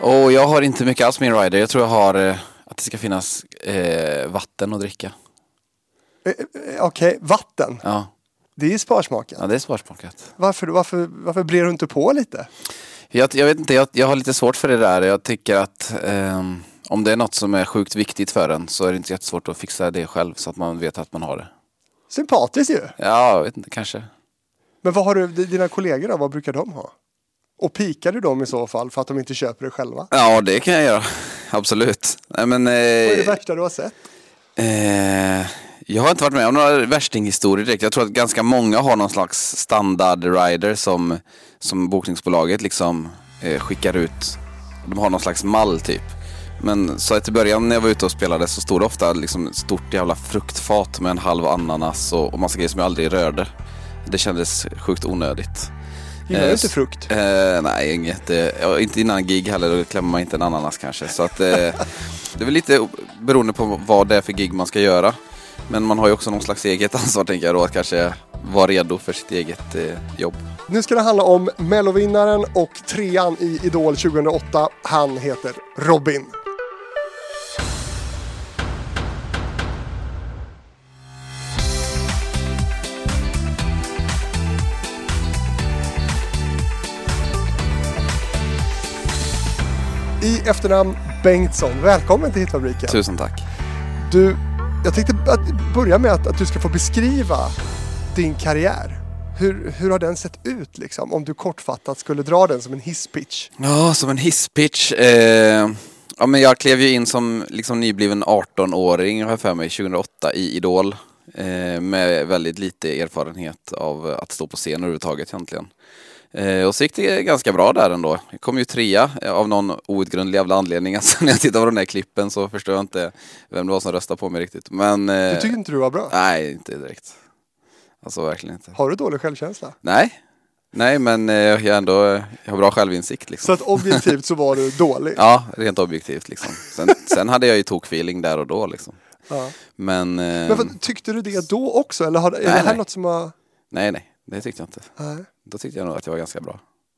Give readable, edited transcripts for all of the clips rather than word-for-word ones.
Och jag har inte mycket alls min rider. Jag tror jag har att det ska finnas vatten att dricka. Okej, vatten. Ja. Det är sparsmakat. Ja, det är sparsmakat. Varför blir du inte på lite? Jag vet inte, jag har lite svårt för det där. Jag tycker att om det är något som är sjukt viktigt för en så är det inte jättesvårt att fixa det själv så att man vet att man har det. Sympatiskt ju. Ja, jag vet inte, kanske. Men vad har du, dina kollegor då? Vad brukar de ha? Och pikar du dem i så fall för att de inte köper det själva? Ja, det kan jag göra. Absolut. Nej, men, vad är det värsta du har sett? Jag har inte varit med om några värstinghistorier direkt. Jag tror att ganska många har någon slags standard rider som bokningsbolaget liksom skickar ut. De har någon slags mall typ. Men så att i början när jag var ute och spelade så stod det ofta liksom ett stort jävla fruktfat med en halv ananas och massa grejer som jag aldrig rörde. Det kändes sjukt onödigt. Gillar du inte frukt? Nej, inget. Inte innan gig heller, då klämmer man inte en ananas kanske. Så att, det är väl lite beroende på vad det är för gig man ska göra. Men man har ju också någon slags eget ansvar, tänker jag då, att kanske vara redo för sitt eget jobb. Nu ska det handla om Mellovinnaren och 3:an i Idol 2008. Han heter Robin. I efternamn Bengtsson. Välkommen till Hitfabriken. Tusen tack. Du, jag tänkte börja med att du ska få beskriva din karriär. Hur har den sett ut liksom? Om du kortfattat skulle dra den som en hisspitch. Ja, som en hisspitch. Ja, men jag klev ju in som liksom nybliven 18-åring, har jag för mig, 2008 i Idol. Med väldigt lite erfarenhet av att stå på scen överhuvudtaget egentligen. Och så gick det ganska bra där ändå. Jag kom ju 3 av någon outgrundlig jävla anledning. Alltså, när jag tittar på den här klippen så förstår jag inte vem det var som röstade på mig riktigt. Men, du tycker inte du var bra? Nej, inte direkt. Alltså verkligen inte. Har du dålig självkänsla? Nej, men jag har bra självinsikt liksom. Så att objektivt så var du dålig? Ja, rent objektivt liksom. Sen hade jag ju tokfeeling där och då liksom. Ja. Men tyckte du det då också? Eller är det här något som har... Nej, det tyckte jag inte. Nej. Då tyckte jag nog att jag var ganska bra.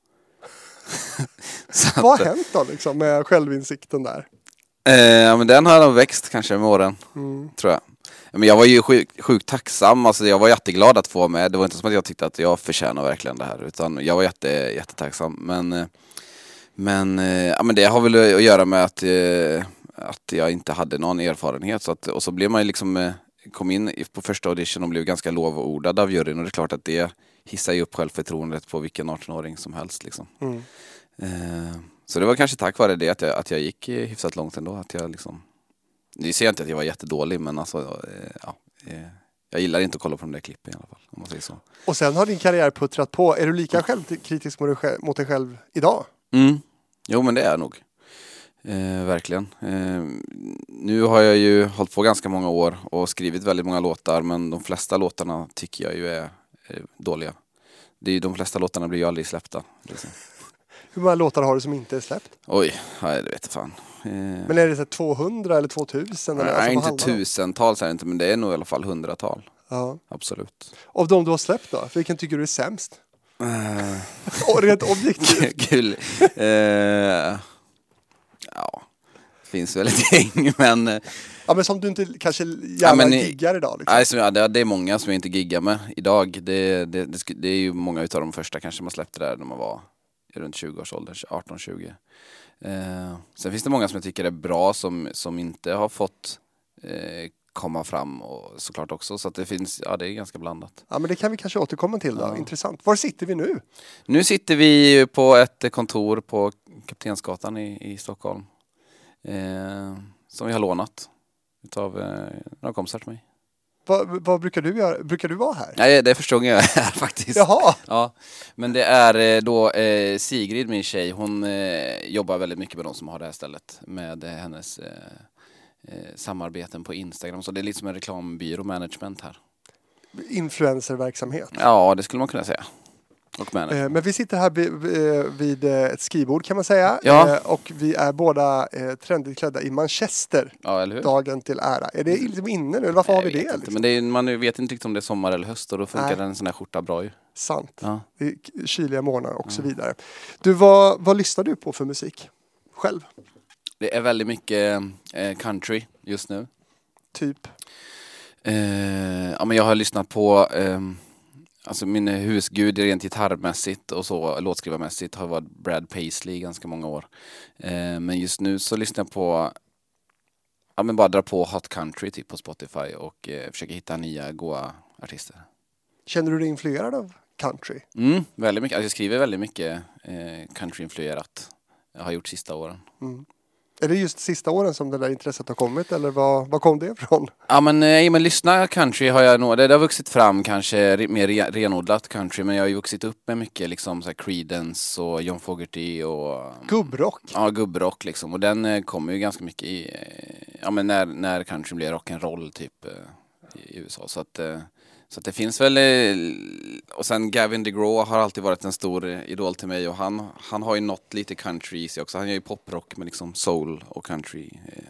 Vad har hänt då liksom med självinsikten där? Ja, men den har nog växt kanske med åren, tror jag. Men jag var ju sjukt tacksam, alltså jag var jätteglad att få med. Det var inte som att jag tyckte att jag förtjänar verkligen det här, utan jag var jättetacksam. Men det har väl att göra med att jag inte hade någon erfarenhet. Och så blev man ju liksom, kom in på första audition och blev ganska lovordad av juryn. Och det är klart att det hissar ju upp självförtroendet på vilken 18-åring som helst liksom. Så det var kanske tack vare det att jag gick hyfsat långt ändå. Att jag liksom... Nu ser jag inte att jag var jättedålig, men alltså, jag gillar inte att kolla på de där klippen i alla fall, om man säger så. Och sen har din karriär puttrat på. Är du lika självkritisk mot dig själv idag? Jo, men det är jag nog. Verkligen. Nu har jag ju hållit på ganska många år och skrivit väldigt många låtar, men de flesta låtarna tycker jag ju är dåliga. De flesta låtarna blir ju aldrig släppta. Liksom. Hur många låtar har du som inte är släppt? Oj, det vet jag fan. Men är det så 200 eller 2000? Eller nej, inte tusentals är det inte, men det är nog i alla fall 100-tal. Ja. Absolut. Av de du har släppt då? Vilken tycker du är sämst? Rent objektivt. Kul. Ja, det finns väl ett gäng, men... Ja, men som du inte kanske gärna giggar idag liksom. Nej, det är många som jag inte giggar med idag. Det är ju många utav de första kanske man släppte där när man var runt 20-årsåldern, 18-20. Sen finns det många som jag tycker är bra som inte har fått komma fram och såklart också, så att det finns, det är ganska blandat. Ja, men det kan vi kanske återkomma till då. Ja. Intressant. Var sitter vi nu? Nu sitter vi på ett kontor på Kaptensgatan i Stockholm som vi har lånat utav några kompisar till mig. Vad brukar du göra? Brukar du vara här? Nej, det är första gången jag är här faktiskt. Jaha. Ja, men det är då Sigrid, min tjej. Hon jobbar väldigt mycket med de som har det här stället. Med hennes samarbeten på Instagram. Så det är lite som en reklambyrå management här. Influencerverksamhet. Ja, det skulle man kunna säga. Men vi sitter här vid ett skrivbord kan man säga. Ja. Och vi är båda trendigt klädda i Manchester. Ja, eller hur? Dagen till ära. Är det liksom inne nu? Eller varför har vi det? Liksom? Men man vet inte riktigt om det är sommar eller höst. Och då funkar en sån här skjorta bra ju. Sant. Ja. Det är kyliga månader och så vidare. Du, vad lyssnar du på för musik? själv? Det är väldigt mycket country just nu. Typ? Ja, men jag har lyssnat på alltså min husgud rent gitarrmässigt och så låtskrivarmässigt har varit Brad Paisley i ganska många år. Men just nu så lyssnar jag på men bara dra på hot country typ på Spotify och försöka hitta nya goa artister. Känner du dig influerad av country? Väldigt mycket. Alltså jag skriver väldigt mycket country-influerat. Jag har gjort sista åren. Är det just sista åren som det där intresset har kommit eller vad kom det ifrån? Ja men lyssna country har jag nog, det har vuxit fram kanske mer renodlat country, men jag har ju vuxit upp med mycket liksom så här Creedence och John Fogerty och Gubbrock? Ja, gubbrock liksom, och den kommer ju ganska mycket i, men när country blev rock'n'roll typ i USA, så att det finns väl, och sen Gavin DeGraw har alltid varit en stor idol till mig och han har ju nått lite country i sig också. Han gör ju poprock med liksom soul och country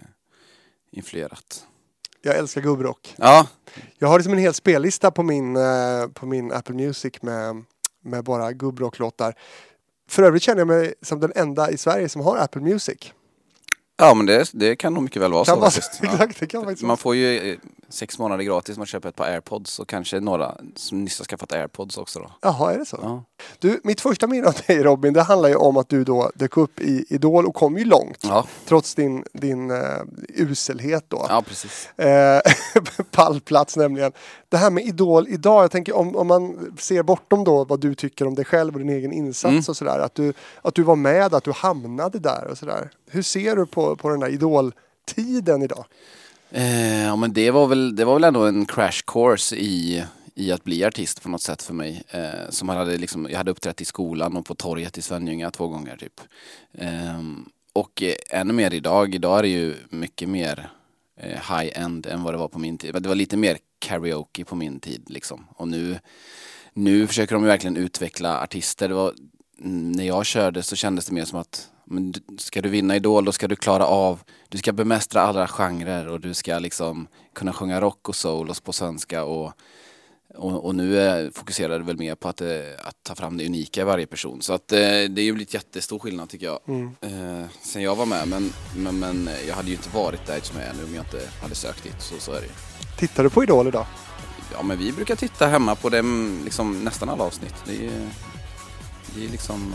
influerat. Jag älskar gubbrock. Ja. Jag har liksom en hel spellista på min Apple Music med bara gubbrocklåtar. För övrigt känner jag mig som den enda i Sverige som har Apple Music. Ja, men det kan nog mycket väl vara så. Exakt, det kan faktiskt man får ju 6 månader gratis om man köper ett par AirPods och kanske några som nyss har skaffat AirPods också då. Jaha, är det så? Ja. Du, mitt första minne av dig Robin, det handlar ju om att du då dök upp i Idol och kom ju långt. Ja. Trots din uselhet då. Ja, precis. Pallplats nämligen. Det här med Idol idag, jag tänker om man ser bortom då vad du tycker om dig själv och din egen insats och sådär. Att du var med, att du hamnade där och sådär. Hur ser du på den här Idol-tiden idag? Ja, men det var väl ändå en crash course i att bli artist på något sätt för mig. Som jag hade uppträtt i skolan och på torget i Svenljunga 2 gånger typ. Och ännu mer idag. Idag är det ju mycket mer high-end än vad det var på min tid. Men det var lite mer karaoke på min tid liksom. Och nu försöker de ju verkligen utveckla artister. När jag körde så kändes det mer som att ska du vinna Idol, då ska du klara av, du ska bemästra alla genrer och du ska liksom kunna sjunga rock och soul och på svenska och nu fokuserar det väl mer på att ta fram det unika i varje person. Så att det är ju blivit jättestor skillnad tycker jag. Sen jag var med, men jag hade ju inte varit där som jag är nu om jag inte hade sökt dit, så är det. Tittar du på Idol idag? Ja, men vi brukar titta hemma på dem liksom nästan alla avsnitt. Det är liksom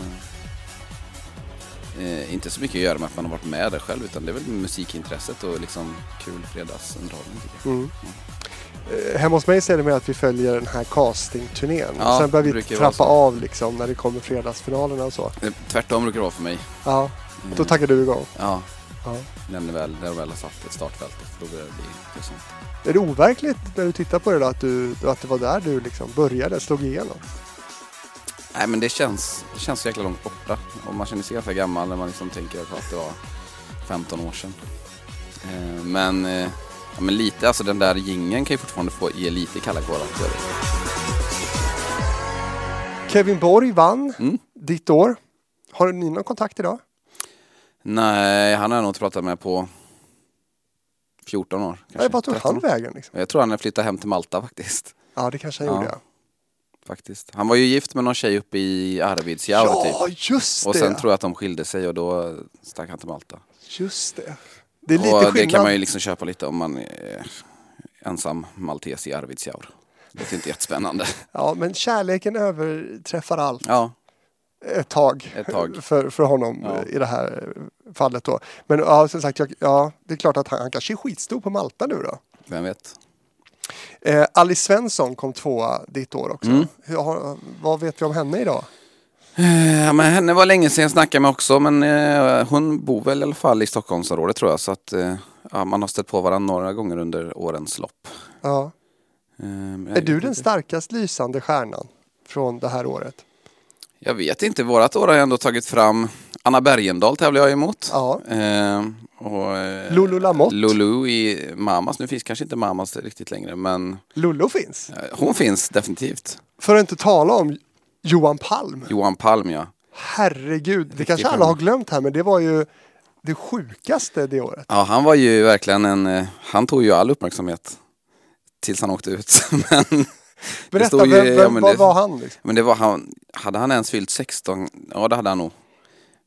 inte så mycket att göra med att man har varit med där själv, utan det är väl musikintresset och liksom kul fredagsunderhållning. Hemma hos mig ser det med att vi följer den här castingturnén. Ja, sen börjar vi trappa av liksom när det kommer fredagsfinalerna och så. Tvärtom brukar det vara för mig. Ja, då taggar du igång. Ja. När de väl har satt ett startfält, då börjar det bli sånt. Är det overkligt när du tittar på det då, att det var där du liksom började, slog igenom? Nej, men det känns så jäkla långt borta. Och man känner sig ganska gammal när man liksom tänker på att det var 15 år sedan. Men lite, alltså den där gingen kan ju fortfarande få ge lite kalla kårar. Kevin Borg vann ditt år. Har ni någon kontakt idag? Nej, han har jag nog inte pratat med på 14 år. Kanske. Vad tog han vägen? Liksom? Jag tror han flyttade hem till Malta faktiskt. Ja, det kanske han gjorde, ja. Faktiskt. Han var ju gift med någon tjej uppe i Arvidsjaur typ. Just det. Och sen tror jag att de skilde sig och då stack han till Malta. Just det. Det är lite och skillnad. Det kan man ju liksom köpa lite om man är ensam maltes i Arvidsjaur. Det är inte jättespännande. Ja, men kärleken överträffar allt. Ja. Ett tag. För honom i det här fallet då. Men ja, som sagt, det är klart att han kanske är skitstor på Malta nu då. Vem vet. Alice Svensson kom 2 ditt år också. Vad vet vi om henne idag? Men henne var länge sedan jag snackade med också, men hon bor väl i alla fall i Stockholmsområdet tror jag, så att man har stött på varandra några gånger under årens lopp. Ja. Är du den starkast lysande stjärnan från det här året? Jag vet inte, vårat år har jag ändå tagit fram Anna Bergendahl tävlar jag emot. Ja. Och Lulu Lamotte. Lulu i Mamas. Nu finns kanske inte Mamas riktigt längre, men Lulu finns. Hon finns definitivt. För att inte tala om Johan Palm. Johan Palm, ja. Herregud, det kanske alla har glömt här, men det var ju det sjukaste det året. Ja, han var ju verkligen han tog ju all uppmärksamhet tills han åkte ut. Men berätta, vad var han? Liksom? Men det var han, hade han ens fyllt 16? Ja, det hade han nog.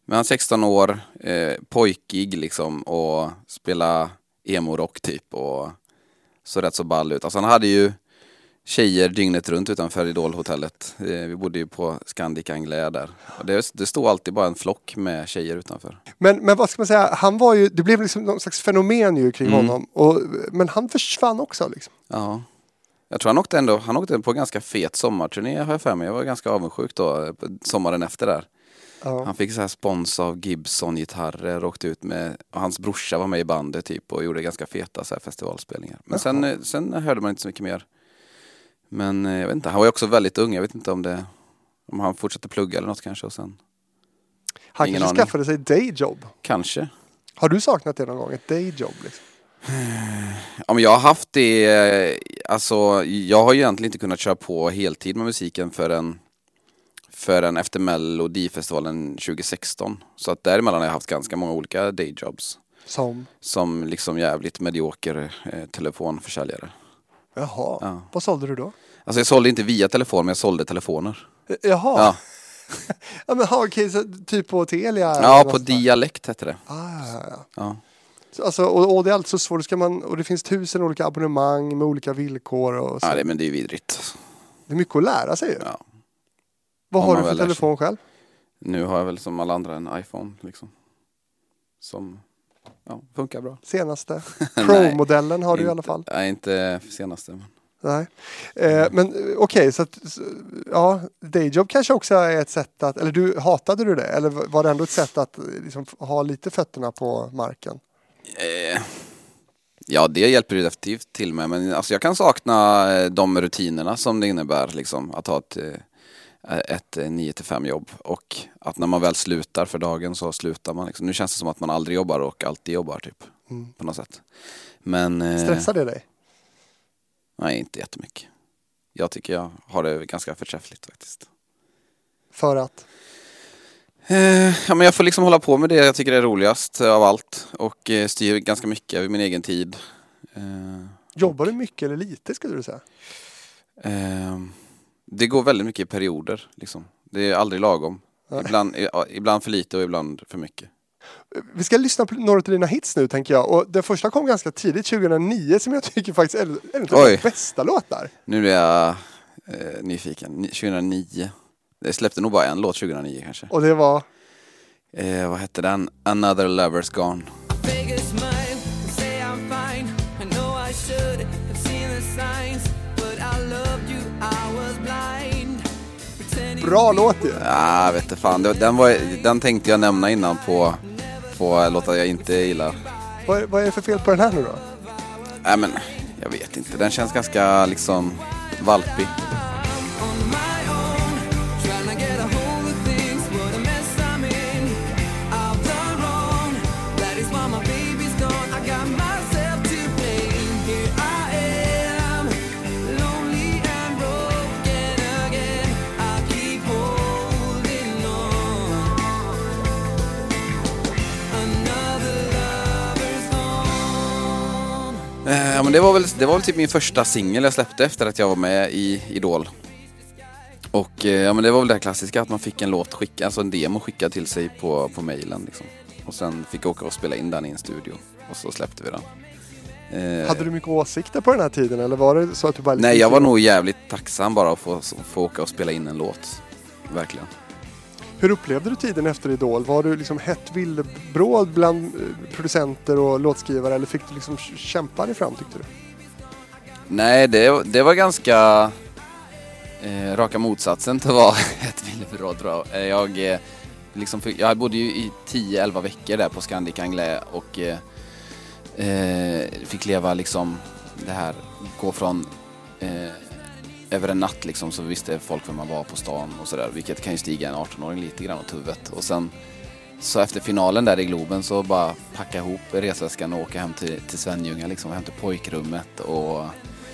Men han är 16 år, pojkig liksom, och spela emo-rock typ, och så rätt så ball ut. Alltså han hade ju tjejer dygnet runt utanför Idol-hotellet. Vi bodde ju på Scandic Anglais där. Och det stod alltid bara en flock med tjejer utanför. Men vad ska man säga, han var ju, det blev liksom någon slags fenomen ju kring honom. Men han försvann också liksom. Ja. Jag tror han åkte på en ganska fet sommarturné, har jag för mig. Jag var ganska avundsjuk då, sommaren efter där. Ja. Han fick så här spons av Gibson-gitarrer, åkte ut med, och hans brorsa var med i bandet typ och gjorde ganska feta så här festivalspelningar. Men sen hörde man inte så mycket mer. Men jag vet inte, han var ju också väldigt ung. Jag vet inte om han fortsatte plugga eller något kanske och sen. Han Ingen kanske aning. skaffade sig dayjob. Kanske. Har du saknat det någon gång? Ett dayjob liksom? Ja, men jag har haft det, alltså jag har ju egentligen inte kunnat köra på heltid med musiken förrän efter Melodifestivalen 2016. Så att däremellan har jag haft ganska många olika dayjobs. Som liksom jävligt medioker telefonförsäljare. Jaha, Ja. Vad sålde du då? Alltså jag sålde inte via telefon, men jag sålde telefoner. Jaha. Ja, Ja men okej, så typ på Telia? ja på Dialekt hette det. Ja. Så, alltså, och det är alltså svårt, och det finns 1000 olika abonnemang med olika villkor och så. Ja, men det är vidrigt. Det är mycket att lära sig ju. Ja. Vad Om har man du för väl lär sig. telefon själv? Nu har jag väl som alla andra en iPhone liksom. Som funkar bra. Senaste? Chrome-modellen har du i alla fall. Nej, inte senaste. Men. Nej. Men okej, så att ja, dayjob kanske också är ett sätt att, eller hatade du det? Eller var det ändå ett sätt att liksom ha lite fötterna på marken? Ja, det hjälper ju definitivt till med. Men alltså, jag kan sakna de rutinerna som det innebär liksom, att ha ett 9-5 jobb. Och att när man väl slutar för dagen så slutar man. Liksom. Nu känns det som att man aldrig jobbar och alltid jobbar typ. På något sätt. Men, stressar det dig? Nej, inte jättemycket. Jag tycker jag har det ganska förträffligt faktiskt. För att? Ja, men jag får liksom hålla på med det jag tycker är roligast av allt. Och styr ganska mycket över min egen tid. Jobbar du mycket eller lite skulle du säga? Det går väldigt mycket i perioder. Liksom. Det är aldrig lagom. Ibland för lite och ibland för mycket. Vi ska lyssna på några av dina hits nu tänker jag. Och den första kom ganska tidigt, 2009, som jag tycker faktiskt är en av de bästa låtar. Nu är jag nyfiken. 2009. Det släppte nog bara en låt 2009 kanske. Och det var? Vad hette den? Another Lover's Gone. Bra låt ju. Ja, vet du fan. Den tänkte jag nämna innan på låtar jag inte gillar. Vad är det för fel på den här nu då? Nej, men jag vet inte. Den känns ganska liksom valpig. Ja, men det var väl typ min första singel jag släppte efter att jag var med i Idol. Och ja, men det var väl det klassiska att man fick en låt skickad, alltså en demo skickad till sig på mailen liksom. Och sen fick jag åka och spela in den i en studio och så släppte vi den. Hade du mycket åsikter på den här tiden eller var det så att du bara... Nej, jag var nog jävligt tacksam bara att få åka och spela in en låt. Verkligen. Hur upplevde du tiden efter Idol? Var du liksom hett villebråd bland producenter och låtskrivare eller fick du liksom kämpa dig fram tyckte du? Nej, det var ganska raka motsatsen till att vara ett villebråd tror jag. Jag bodde ju i 10-11 veckor där på Scandic Anglais och fick leva liksom det här, gå från över en natt liksom, så visste folk vem man var på stan och sådär, vilket kan ju stiga en 18-åring lite grann åt huvudet. Och sen så efter finalen där i Globen så bara packa ihop resväskan och åka hem till Svenljunga liksom, hem till pojkrummet och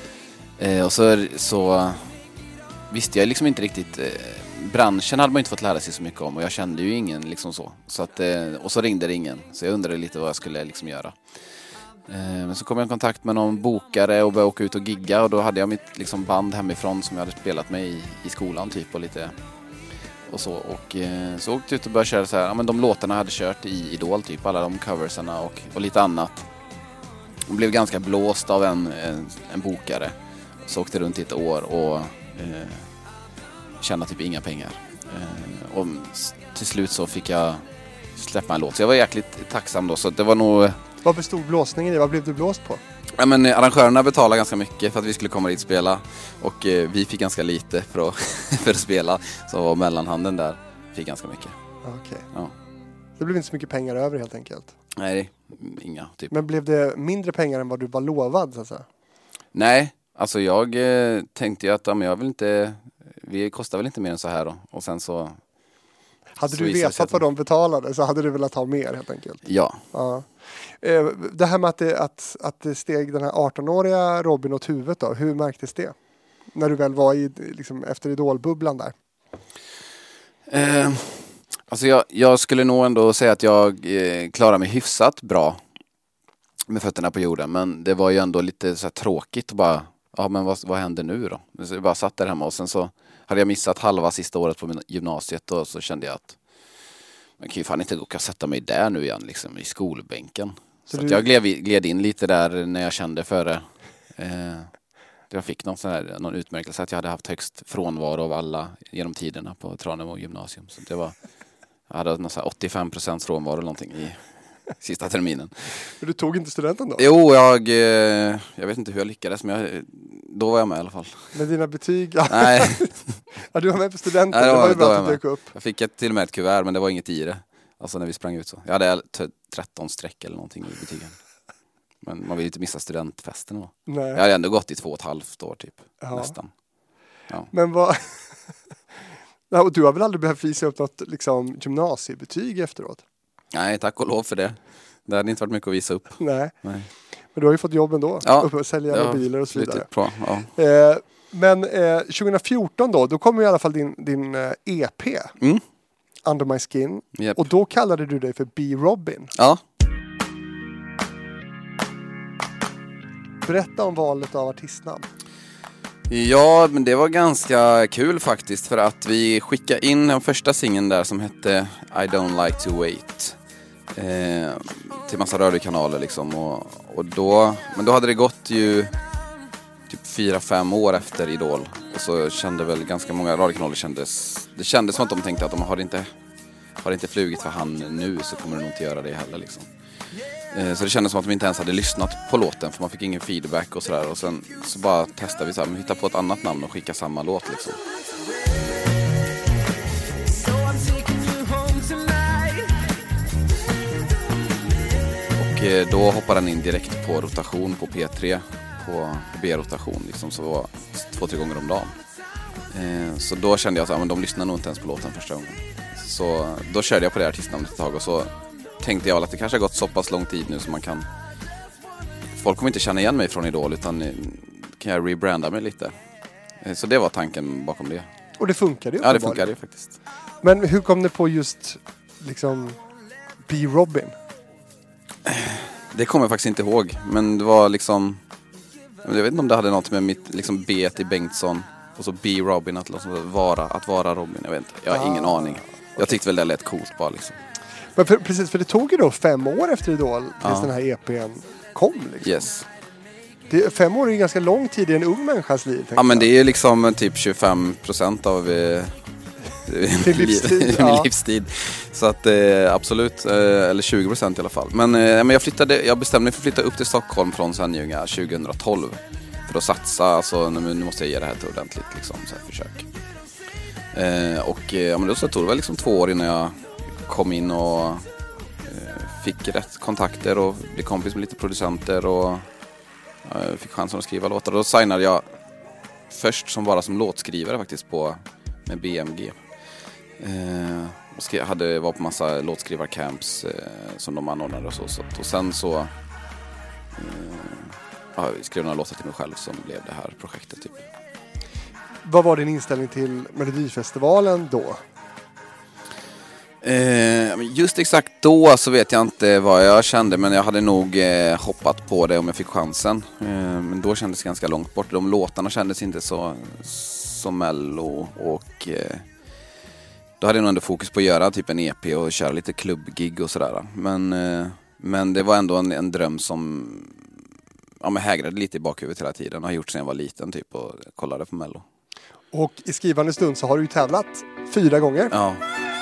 så visste jag liksom inte riktigt, branschen hade man inte fått lära sig så mycket om och jag kände ju ingen liksom så att, och så ringde det ingen, så jag undrade lite vad jag skulle liksom göra. Men så kom jag i kontakt med någon bokare och började åka ut och gigga och då hade jag mitt liksom band hemifrån som jag hade spelat med i skolan typ och lite. och så. Och så åkte jag ut och började köra så här. Ja, men de låtarna jag hade kört i Idol typ. Alla de coversarna och lite annat. Och blev ganska blåst av en bokare. Så åkte runt i ett år och tjänade typ inga pengar. Och till slut så fick jag släppa en låt. Så jag var jäkligt tacksam då. Så det var nog... Vad bestod blåsningen i? Vad blev du blåst på? Ja, men arrangörerna betalade ganska mycket för att vi skulle komma dit och spela. Och vi fick ganska lite för att spela. Så mellanhanden där fick ganska mycket. Okej. Ja. Det blev inte så mycket pengar över helt enkelt. Nej, inga typ. Men blev det mindre pengar än vad du var lovad så att säga? Nej, alltså jag tänkte ju att jag vill inte... Vi kostar väl inte mer än så här då. Och sen så... Hade du vetat vad de betalade så hade du velat ha mer helt enkelt. Ja. Det här med att det steg den här 18-åriga Robin åt huvudet då. Hur märktes det? När du väl var i, liksom, efter idolbubblan där. Alltså jag skulle nog ändå säga att jag klarar mig hyfsat bra med fötterna på jorden. Men det var ju ändå lite så här tråkigt att bara... Ja, men vad händer nu då? Så jag bara satt där hemma och sen så hade jag missat halva sista året på gymnasiet och så kände jag att man kan ju fan inte gå och sätta mig där nu igen liksom i skolbänken. Så att jag gled in lite där när jag kände före. Jag fick någon utmärkelse att jag hade haft högst frånvaro av alla genom tiderna på Tranemo gymnasium. Så det var, jag hade någon så här 85% frånvaro eller någonting i sista terminen. Men du tog inte studenten då? Jo, jag vet inte hur jag lyckades, men då var jag med i alla fall. Med dina betyg? Nej. Ja, du var med på studenten, Nej, det var ju bra att du dök upp. Jag fick till och med ett kuvert, men det var inget i det. Alltså när vi sprang ut så. Jag hade 13 streck eller någonting i betygen. Men man vill ju inte missa studentfesten då. Nej. Jag hade ändå gått i 2,5 år typ, nästan. Ja. Men vad... Ja, och du har väl aldrig behövt visa upp något liksom, gymnasiebetyg efteråt? Nej, tack och lov för det. Det hade inte varit mycket att visa upp. Nej. Men du har ju fått jobb ändå. Ja. Sälja mobiler och så vidare. Bra. Ja. Men 2014 då kom i alla fall din EP. Under My Skin. Yep. Och då kallade du dig för B. Robin. Ja. Berätta om valet av artistnamn. Ja, men det var ganska kul faktiskt för att vi skickade in den första singeln där som hette I Don't Like To Wait till massa radiokanaler liksom men då hade det gått ju typ 4-5 år efter Idol och så kände väl ganska många radiokanaler det kändes som att de tänkte att de har inte flugit för han nu så kommer de nog inte göra det heller liksom. Så det kändes som att de inte ens hade lyssnat på låten för man fick ingen feedback och sådär och sen så bara testade vi så här, men hitta på ett annat namn och skicka samma låt liksom. Och då hoppade den in direkt på rotation på P3 på B-rotation liksom, så var 2-3 gånger om dagen. Så då kände jag att de lyssnar nog inte ens på låten första gången. Så då körde jag på det artistnamnet ett tag och så tänkte jag att det kanske har gått så pass lång tid nu så man kan... Folk kommer inte känna igen mig från Idol utan kan jag rebranda mig lite. Så det var tanken bakom det. Och det funkade ju. Ja, det funkade ju faktiskt. Men hur kom det på just liksom B. Robin? Det kommer jag faktiskt inte ihåg. Men det var liksom... Jag vet inte om det hade något med mitt liksom B till Bengtsson och så B. Robin att vara Robin. Jag vet inte. Jag har ingen aning. Jag tyckte väl det lät coolt bara liksom. Men precis, för det tog ju då 5 år efter Idol tills den här EPn kom liksom. Yes. 5 år är ju ganska lång tid i en ung människas liv. Ja, men det är ju liksom typ 25% av min livstid. Så att absolut, eller 20% i alla fall. Men jag bestämde mig för att flytta upp till Stockholm från Svenljunga 2012. För att satsa, alltså nu måste jag ge det här till ordentligt liksom, så här försök. Men då så tog det väl liksom 2 år innan jag kom in och fick rätt kontakter och blev kompis med lite producenter och fick chansen att skriva låtar. Då signade jag först som låtskrivare faktiskt med BMG. Och var på massa låtskrivarcamps som de anordnade och så. Och sen så skrev några låtar till mig själv som blev det här projektet typ. Vad var din inställning till Melodifestivalen då? Just exakt då så vet jag inte vad jag kände, men jag hade nog hoppat på det om jag fick chansen. Men då kändes det ganska långt bort. De låtarna kändes inte så mello och då hade jag nog ändå fokus på att göra typ en EP och köra lite klubbgig och sådär. Men det var ändå en dröm som hägrade lite i bakhuvudet hela tiden och har gjort sedan jag var liten typ och kollade på Mello. Och i skrivande stund så har du ju tävlat 4 gånger. Ja.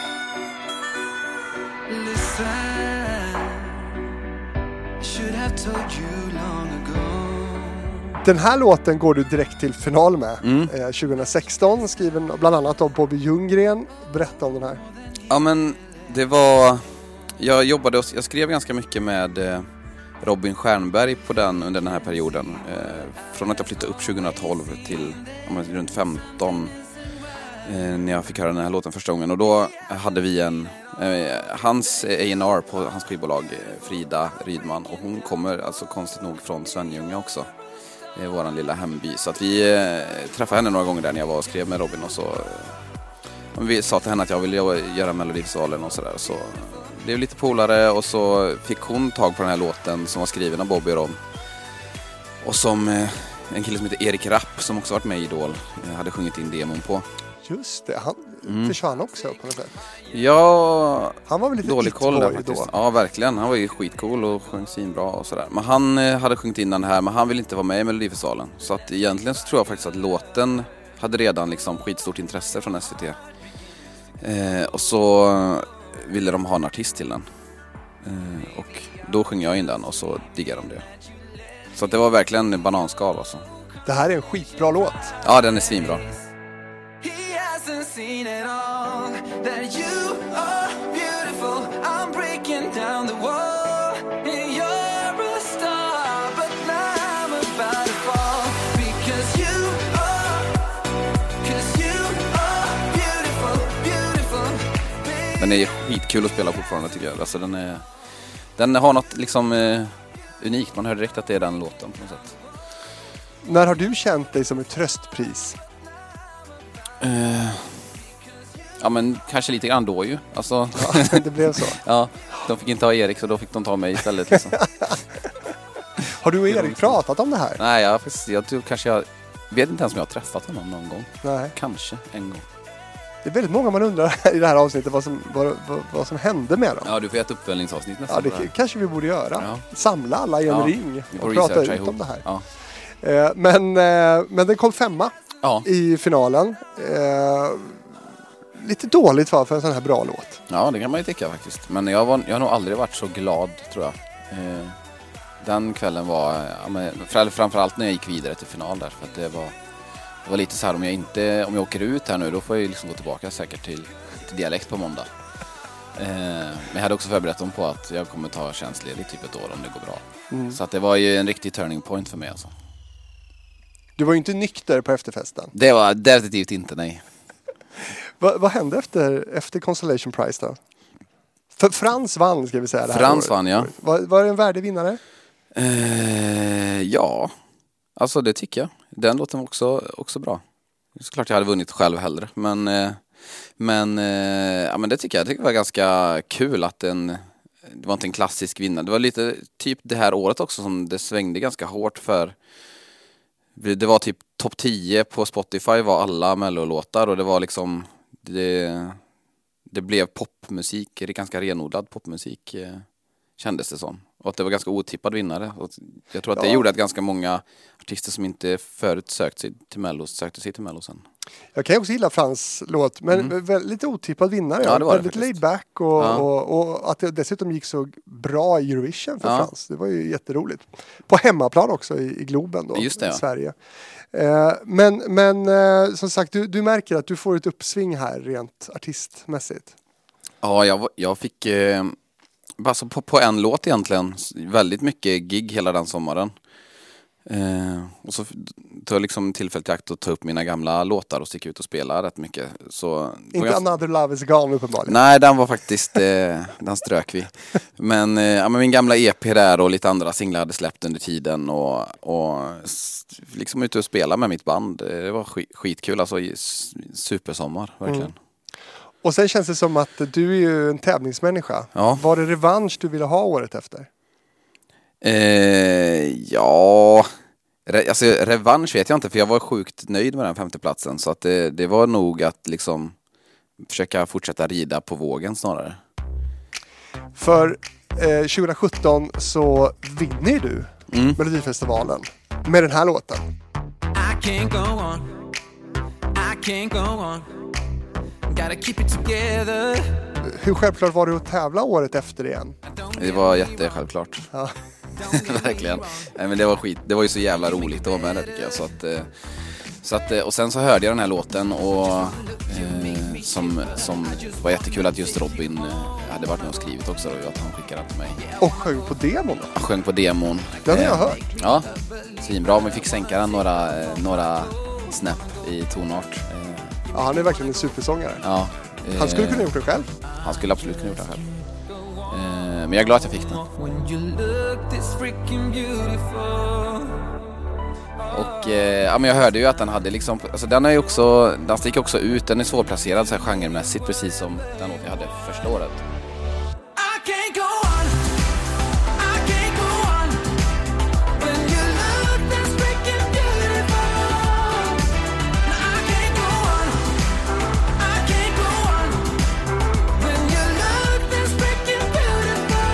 Den här låten går du direkt till final med 2016, skriven bland annat av Bobby Ljunggren. Berätta om den här. Ja, men det var... Jag skrev ganska mycket med Robin Stjernberg på under den här perioden. Från att jag flyttade upp 2012 till runt 15 när jag fick höra den här låten första gången. Och då hade vi hans A&R på hans skivbolag, Frida Rydman. Och hon kommer alltså konstigt nog från Svenljunga också. Våran lilla hemby. Så att vi träffade henne några gånger där när jag var och skrev med Robin. Och så vi sa till henne att jag ville göra Melodifestivalen och sådär. Så det blev lite polare och så fick hon tag på den här låten som var skriven av Bobby och Ron. Och som en kille som heter Erik Rapp som också varit med i Idol hade sjungit in demon på. Just det, han försvann också på något sätt. Ja, han var väl lite dålig koll där faktiskt. Då. Ja, verkligen. Han var ju skitcool och sjöng svinbra och sådär. Men han hade sjungit in den här, men han ville inte vara med i Melodifestivalen. Så att egentligen så tror jag faktiskt att låten hade redan liksom skitstort intresse från SVT. Och så ville de ha en artist till den. Och då sjöng jag in den och så diggade de det. Så att det var verkligen en bananskal alltså. Det här är en skitbra låt. Ja, den är svinbra. Seen it all, that you are beautiful. I'm breaking down the wall, and you're a star, but now I'm about to fall because you are beautiful, beautiful. Baby. Den är skitkul att spela fortfarande tycker jag. Alltså den har något liksom unikt. Man hör direkt att det är den låten på något sätt. När har du känt dig som ett tröstpris? Ja, men kanske lite grann då ju. Alltså, ja, det blev så. Ja, de fick inte ha Erik så då fick de ta mig istället. Liksom. Har du och Erik pratat om det här? Nej, jag tror kanske jag vet inte ens om jag har träffat honom någon gång. Nej. Kanske en gång. Det är väldigt många man undrar i det här avsnittet vad som hände med dem. Ja, du får ett uppföljningsavsnitt nästan. Ja, det kanske vi borde göra. Ja. Samla alla i en ring och prata ut om det här. Ja. Men den kom 5:a i finalen. Lite dåligt för en sån här bra låt. Ja, det kan man ju tycka faktiskt. Men jag har nog aldrig varit så glad, tror jag. Den kvällen var... framförallt när jag gick vidare till final där. För att det var lite så här, om jag åker ut här nu, då får jag liksom gå tillbaka säkert till dialekt på måndag. Men jag hade också förberett dem på att jag kommer ta tjänstledigt typ ett år om det går bra. Så att det var ju en riktig turning point för mig alltså. Du var ju inte nykter på efterfesten. Det var definitivt inte, nej. Vad hände efter Consolation Prize då? För Frans vann, ska vi säga. Frans vann, ja. Var det en värdig vinnare? Ja, alltså det tycker jag. Den låten var också bra. Såklart jag hade vunnit själv hellre. Men det tycker jag. Det var ganska kul att det var inte en klassisk vinnare. Det var lite typ det här året också som det svängde ganska hårt för. Det var typ topp 10 på Spotify var alla Mello-låtar och det var liksom det blev popmusik, det är ganska renodlad popmusik kändes det som. Och att det var ganska otippad vinnare. Och jag tror att det gjorde att ganska många artister som inte förut sökte sig till Mello sen. Jag kan också gilla Frans låt, men väldigt otippad vinnare. Ja, det var väldigt laid back och att det dessutom gick så bra i Eurovision för Frans. Det var ju jätteroligt. På hemmaplan också i Globen då, just det, i Sverige. Men som sagt, du märker att du får ett uppsving här rent artistmässigt. Ja, jag fick bara så på en låt egentligen väldigt mycket gig hela den sommaren. Och så tog jag liksom tillfället i akt att ta upp mina gamla låtar och sticka ut och spela rätt mycket. Så inte Another Love Is Gone uppenbarligen. Nej, den var faktiskt, den strök vi. Men min gamla EP där och lite andra singlar hade släppt under tiden och liksom ute och spela med mitt band. Det var skitkul, alltså supersommar, verkligen. Och sen känns det som att du är ju en tävlingsmänniska. Ja. Var det revansch du ville ha året efter? Ja, alltså revansch vet jag inte, för jag var sjukt nöjd med den 5:e platsen, så att det var nog att liksom försöka fortsätta rida på vågen snarare. För 2017 så vinner ju du Melodifestivalen med den här låten. I can't go on. I can't go on. Gotta keep it together. Hur självklart var det att tävla året efter igen? Det var jättesjälvklart. Ja. Verkligen. Nej, men det var skit. Det var ju så jävla roligt att vara med där tycker jag. Så att, och sen så hörde jag den här låten och som var jättekul att just Robin hade varit med och skrivit också då, att han skickade den till mig. Och sjöng på demon. Han sjöng på demon. Den har jag hört. Ja, svinbra. Vi fick sänka den några snäpp i tonart. Ja, han är verkligen en supersångare. Ja. Han skulle kunna gjort det själv. Han skulle absolut kunna gjort det själv. Men jag är glad att jag fick den. When you look this freaking beautiful. Och ja, men jag hörde ju att den hade liksom, alltså den sticker också ut, den är svårplacerad så här genremässigt, precis som den låt jag hade första året. I can't go on. I can't go on. When you look this freaking beautiful. I can't go on. I can't go on. When you look this freaking beautiful.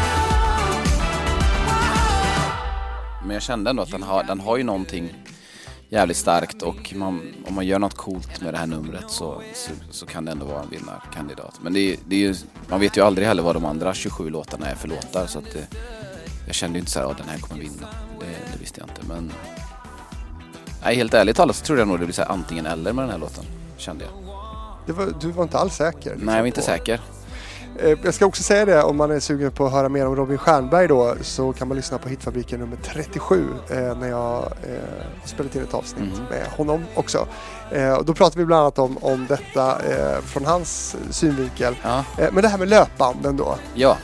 Wow. Men jag kände ändå att den har ju någonting jävligt starkt, och om man gör något coolt med det här numret så kan det ändå vara en vinnarkandidat. Men det är ju, man vet ju aldrig heller vad de andra 27 låtarna är för låtar, så att jag kände ju inte så här, den här kommer vinna. Det visste jag inte, men nej, helt ärligt talat så tror jag nog det blir så här antingen eller med den här låten, kände jag. Du var inte alls säker? Liksom, nej, jag var inte säker. Jag ska också säga det, om man är sugen på att höra mer om Robin Stjernberg då, så kan man lyssna på Hitfabriken nummer 37 när jag spelat in ett avsnitt med honom också. Och då pratar vi bland annat om detta från hans synvinkel. Ja. Men det här med löpbanden då. Ja.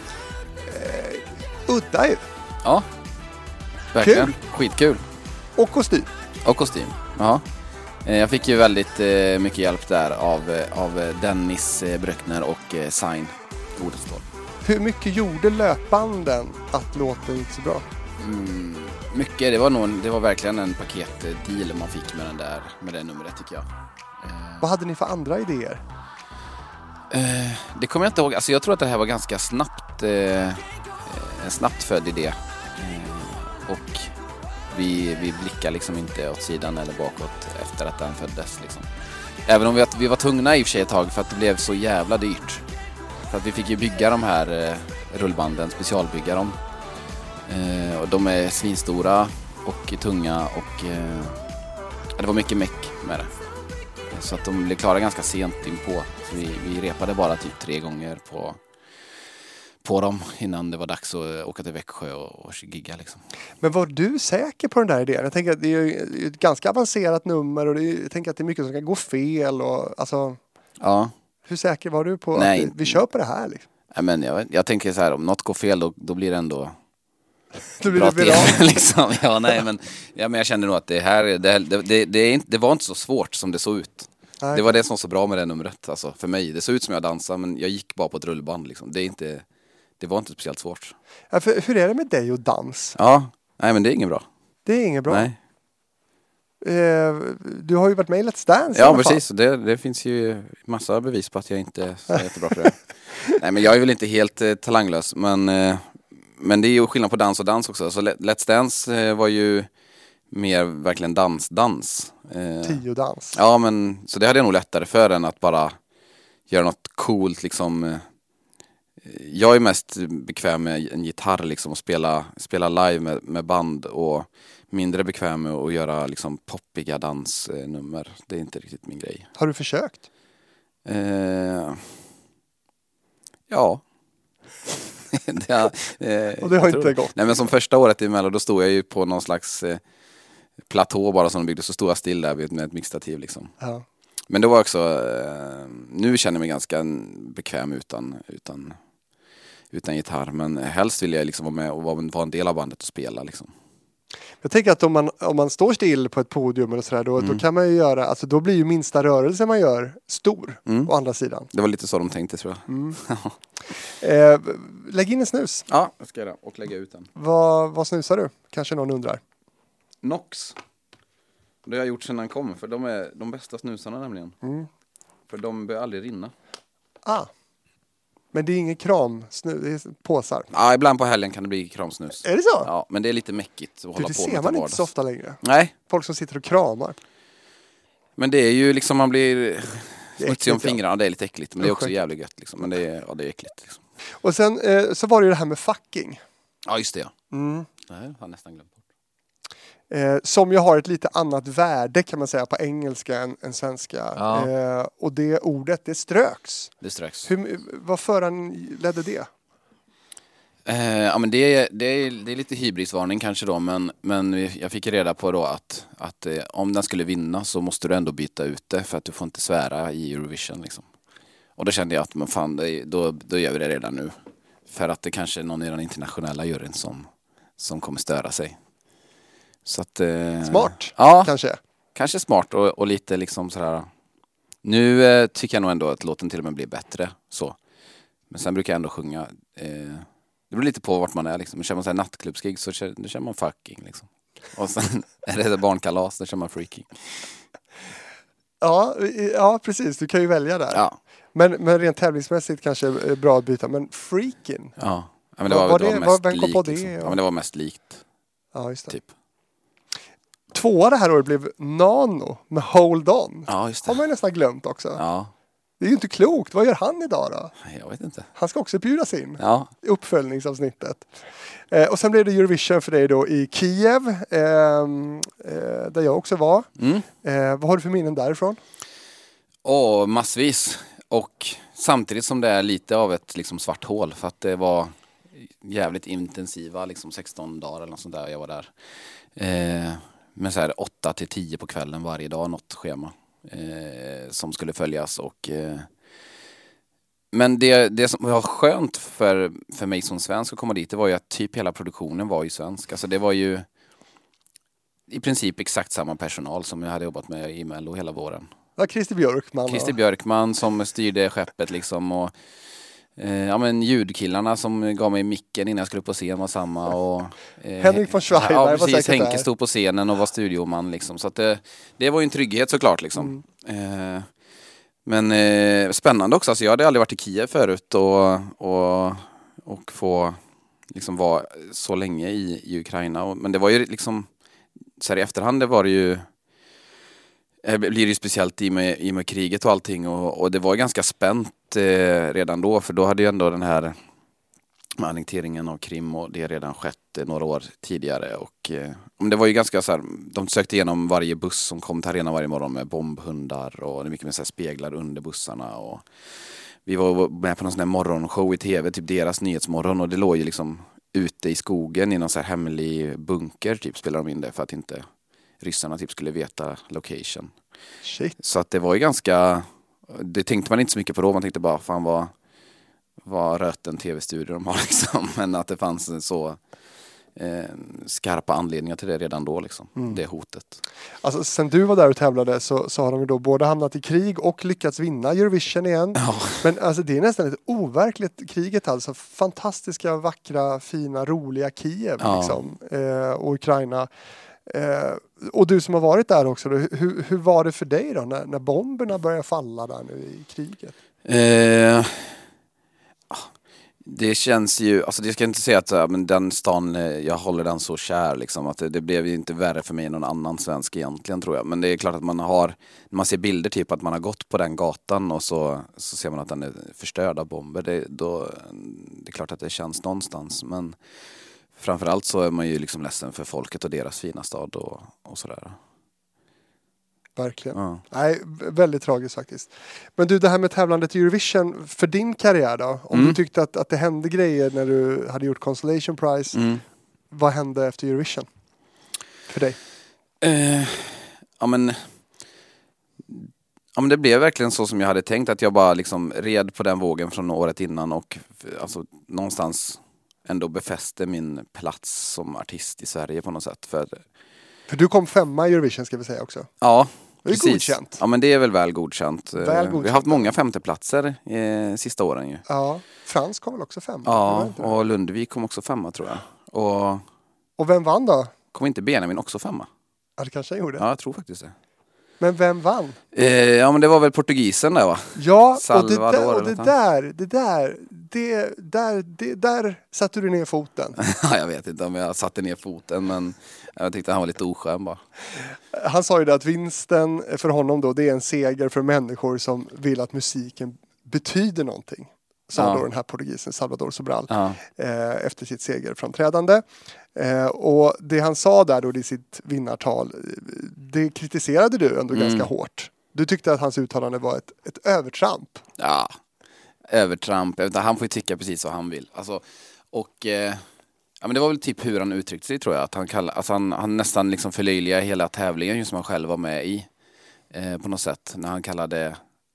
Udda ju. Ja. Verkligen. Kul. Skitkul. Och kostym. Och kostym. Ja. Jag fick ju väldigt mycket hjälp där av Dennis Bröckner och Sign Godestål. Hur mycket gjorde löpbanden att låten gick så bra? Mycket. Det var verkligen en paketdeal man fick med det numret, tycker jag. Vad hade ni för andra idéer? Det kommer jag inte ihåg. Alltså jag tror att det här var ganska snabbt född idé. Och vi blickar liksom inte åt sidan eller bakåt efter att den föddes liksom. Även om vi var tvungna i och för sig ett tag, för att det blev så jävla dyrt. För att vi fick ju bygga de här rullbanden, specialbygga dem. Och de är svinstora och tunga, och det var mycket meck med det. Så att de blev klara ganska sent inpå. Så vi repade bara typ 3 gånger på dem innan det var dags att åka till Växjö och gigga liksom. Men var du säker på den där idén? Jag tänker att det är ju ett ganska avancerat nummer, och jag tänker att det är mycket som kan gå fel. Och, alltså, ja. Hur säker var du på Nej. att vi kör på det här? Liksom? Ja, men jag tänker så här, om något går fel då blir det ändå Då blir bra det bra. till, liksom. Men jag kände nog att det var inte så svårt som det såg ut. Nej. Det var det som var så bra med det numret, alltså, för mig. Det såg ut som jag dansade, men jag gick bara på ett rullband liksom. Det var inte speciellt svårt. Ja, för hur är det med dig och dans? Ja, nej, men det är inget bra. Det är inget bra. Nej. Du har ju varit med i Let's Dance. Ja, precis. Det finns ju massa bevis på att jag inte är så jättebra för det. Nej, men jag är väl inte helt talanglös, men det är ju skillnad på dans och dans också. Så Let's Dance var ju mer verkligen dans. 10 dans. Ja, men så det hade jag nog lättare för än att bara göra något coolt liksom. Jag är mest bekväm med en gitarr liksom, och spela live med band, och mindre bekväm med att göra liksom poppiga dansnummer. Det är inte riktigt min grej. Har du försökt? Ja. Och det har inte gått. Nej, men som första året i Mello, då stod jag ju på någon slags platå bara som de byggde, så stod jag still där med ett mixtativ liksom. Ja. Men det var också, nu känner jag mig ganska bekväm utan gitarr, men helst vill jag liksom vara med och vara en del av bandet och spela liksom. Jag tänker att om man står still på ett podium eller sådär, då kan man ju göra, alltså då blir ju minsta rörelse man gör stor å andra sidan. Det var lite så de tänkte, tror jag. Lägg in en snus. Ja, jag ska göra, och lägga ut den. Vad snusar du? Kanske någon undrar. Nox. Det har jag gjort sedan den kom, för de är de bästa snusarna nämligen. För de bör aldrig rinna. Men det är ingen kramsnus, det är påsar. Ja, ibland på helgen kan det bli kramsnus. Är det så? Ja, men det är lite mäckigt att hålla på med Det ser till man inte vardags. så ofta längre. Nej, Folk som sitter och kramar. men det är ju liksom man blir Det är smutsig om äckligt, ja. fingrarna. Det är lite äckligt, men det är också Usch, jävligt gött liksom. Men det är äckligt liksom. Och sen så var det ju det här med fucking. Ja, just det ja. Mm. Nej, jag har nästan glömt bort. Som ju har ett lite annat värde kan man säga på engelska än svenska. Ja. Och det ordet, det ströks. Det strax. Vad föranledde det? Ja, men det är lite hybrisvarning kanske då, men jag fick reda på då att om den skulle vinna så måste du ändå byta ut det för att du får inte svära i Eurovision liksom. Och då kände jag att men fan, då gör vi det redan nu. För att det kanske är någon i den internationella juryn som kommer störa sig. Så att, Smart, ja, kanske? kanske smart och lite liksom sådär. Nu tycker jag nog ändå att låten till och med blir bättre så. Men sen brukar jag ändå sjunga. Det beror lite på vart man är liksom. Men kör man så här nattklubbsgig så kör man fucking liksom. Och sen är det barnkalas, då kör man freaking. Ja, precis. Du kan ju välja där. Ja. Men rent tävlingsmässigt kanske är bra att byta. Men freaking? Ja. Ja, men det var mest vem kom på likt. det? Liksom. Ja, men det var mest likt. Ja, just det. Typ. Tvåa det här året blev Nano med Hold On. Ja, just Har det. man ju nästan glömt också. Ja, Det är ju inte klokt. Vad gör han idag då? jag vet inte. Han ska också bjudas in. Ja. Uppföljningsavsnittet. Och sen blev det Eurovision för dig då i Kiev. Där jag också var. Vad har du för minnen därifrån? Massvis. Och samtidigt som det är lite av ett liksom svart hål för att det var jävligt intensiva liksom 16 dagar eller något sånt där jag var där. Men så här 8-10 på kvällen varje dag något schema som skulle följas och men det som var skönt för mig som svensk att komma dit, det var ju att typ hela produktionen var ju svensk. Alltså det var ju i princip exakt samma personal som jag hade jobbat med i Mello hela våren. Ja, Christer Björkman. Christer Björkman som styrde skeppet liksom och ja men ljudkillarna som gav mig micken innan jag skulle upp på scen var samma och Henrik von Schreiber ja, var precis, säkert Henke där. stod på scenen och var studioman liksom så att det var ju en trygghet såklart liksom. Men spännande också, alltså jag hade aldrig varit i Kiev förut och få liksom vara så länge i Ukraina men det var ju liksom så här i efterhand det var det ju blir det ju speciellt i med kriget och allting och det var ganska spänt redan då för då hade ju ändå den här annekteringen av Krim och det redan skett några år tidigare och det var ju ganska så här, de sökte igenom varje buss som kom till arenan varje morgon med bombhundar och det är mycket med så här speglar under bussarna och vi var med på någon sån här morgonshow i tv, typ deras nyhetsmorgon och det låg ju liksom ute i skogen i någon så här hemlig bunker typ spelade de in det för att inte ryssarna typ skulle veta location. Shit. Så att det var ju ganska, det tänkte man inte så mycket på då, man tänkte bara fan vad röten tv-studio de har liksom, men att det fanns så skarpa anledningar till det redan då liksom, det hotet. Alltså sen du var där och tävlade så har de ju då både hamnat i krig och lyckats vinna Eurovision igen. Ja. Men alltså det är nästan ett overkligt kriget alltså. Fantastiska, vackra, fina, roliga Kiev liksom. Och Ukraina. Och du som har varit där också, då, hur var det för dig då när bomberna började falla där nu i kriget? Det känns ju, alltså det ska jag inte säga att men den stan, jag håller den så kär liksom, att det blev ju inte värre för mig än någon annan svensk egentligen tror jag. Men det är klart att när man ser bilder typ att man har gått på den gatan och så ser man att den är förstörd av bomber, det är klart att det känns någonstans. Men framförallt så är man ju liksom ledsen för folket och deras fina stad och sådär. Verkligen. Ja. Nej, väldigt tragiskt faktiskt. Men du, det här med tävlandet i Eurovision för din karriär då? Om du tyckte att det hände grejer när du hade gjort Consolation Prize, vad hände efter Eurovision för dig? Ja men det blev verkligen så som jag hade tänkt, att jag bara liksom red på den vågen från året innan och alltså någonstans ändå befäste min plats som artist i Sverige på något sätt. För du kom 5:a i Eurovision ska vi säga också. Ja, det är precis. Godkänt. Ja, men det är väl väl godkänt. Väl godkänt. Vi har haft många femteplatser sista åren ju. Ja, Frans kom väl också 5? Ja, och Lundvik kom också 5 tror jag. Och vem vann då? Kom inte Benjamin också 5? Ja, det kanske jag gjorde. Ja, jag tror faktiskt det. Men vem vann? Ja men det var väl portugisen där va? Ja, Salvador och det där satte du ner foten. Ja, jag vet inte om jag satte ner foten, men jag tyckte han var lite oskön bara. Han sa ju det att vinsten för honom då, det är en seger för människor som vill att musiken betyder någonting. Sa då den här portugisen Salvador Sobral efter sitt segerframträdande. Och det han sa där då i sitt vinnartal, det kritiserade du ändå ganska hårt. Du tyckte att hans uttalande var ett övertramp. Ja, övertramp. Han får ju tycka precis vad han vill. Alltså, och ja, men det var väl typ hur han uttryckte sig tror jag. Att han nästan liksom förlöjligade hela tävlingen just som han själv var med i. På något sätt. När han kallade...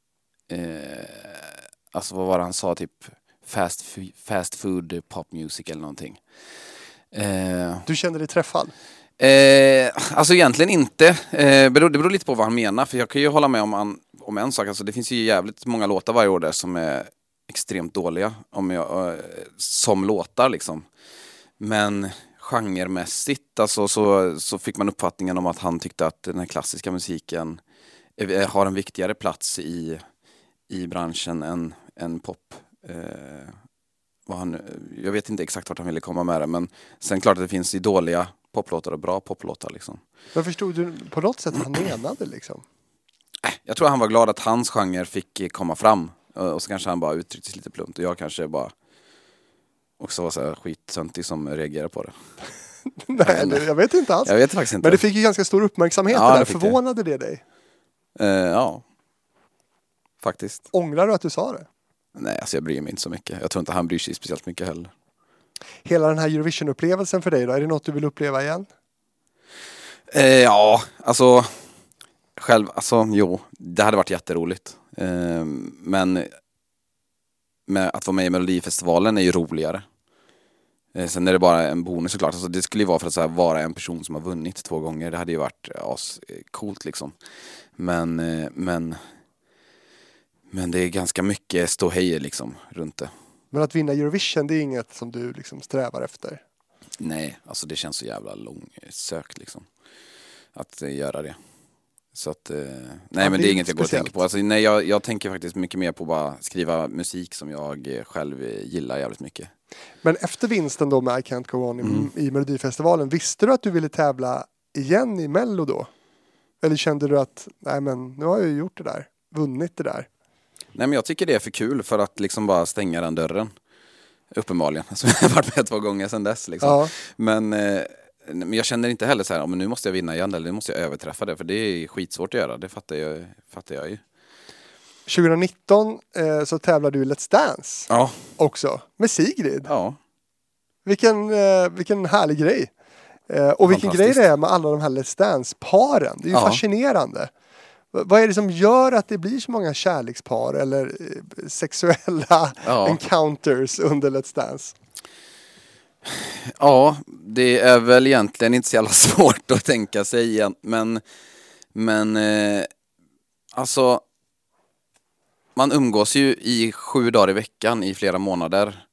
alltså vad var det han sa? Typ fast food pop music eller någonting. Du kände dig träffad? Alltså egentligen inte. Det beror lite på vad han menar. För jag kan ju hålla med om en sak. Alltså, det finns ju jävligt många låtar varje år där som är extremt dåliga. Som låtar liksom. Men genremässigt alltså, så fick man uppfattningen om att han tyckte att den här klassiska musiken har en viktigare plats i branschen än pop. Jag vet inte exakt vart han ville komma med det, men sen klart att det finns ju dåliga poplåtar och bra poplåtar liksom. Men förstod du på något sätt vad han menade liksom? Jag tror han var glad att hans genre fick komma fram, och så kanske han bara uttryckte sig lite plumpt och jag kanske bara också var så här skittöntig som reagerade på det. Nej, jag vet inte alls. Jag vet faktiskt inte. Men det fick ju ganska stor uppmärksamhet där. Förvånade det dig? Ja, faktiskt. Ångrar du att du sa det? Nej, alltså jag bryr mig inte så mycket. Jag tror inte han bryr sig speciellt mycket heller. Hela den här Eurovision-upplevelsen för dig då, är det något du vill uppleva igen? Ja, alltså jo, det hade varit jätteroligt. Men med att vara med i Melodifestivalen är ju roligare. Sen är det bara en bonus såklart. Alltså, det skulle ju vara för att så här, vara en person som har vunnit 2 gånger. Det hade ju varit coolt liksom. Men det är ganska mycket ståhej liksom runt det. Men att vinna Eurovision, det är inget som du liksom strävar efter? Nej, alltså det känns så jävla långsökt liksom. Att göra det. Så att, nej men det är inget jag går och tänker på. Alltså, nej, jag tänker faktiskt mycket mer på att bara skriva musik som jag själv gillar jävligt mycket. Men efter vinsten då med I Can't Go On i Melodifestivalen, visste du att du ville tävla igen i Mello då? Eller kände du att, nej men nu har jag ju gjort det där, vunnit det där? Nej men jag tycker det är för kul för att liksom bara stänga den dörren. Uppenbarligen. Alltså, jag har varit med 2 gånger sedan dess liksom. Ja. Men jag känner inte heller så här, men nu måste jag vinna igen eller nu måste jag överträffa det. För det är skitsvårt att göra, det fattar jag ju. 2019 så tävlade du i Let's Dance. Ja. Också, med Sigrid. Ja. Vilken härlig grej. Och vilken grej det är med alla de här Let's Dance-paren. Det är ju fascinerande. Vad är det som gör att det blir så många kärlekspar eller sexuella encounters under Let's Dance? Ja, det är väl egentligen inte så jävla svårt att tänka sig igen. Men alltså man umgås ju i 7 dagar i veckan i flera månader.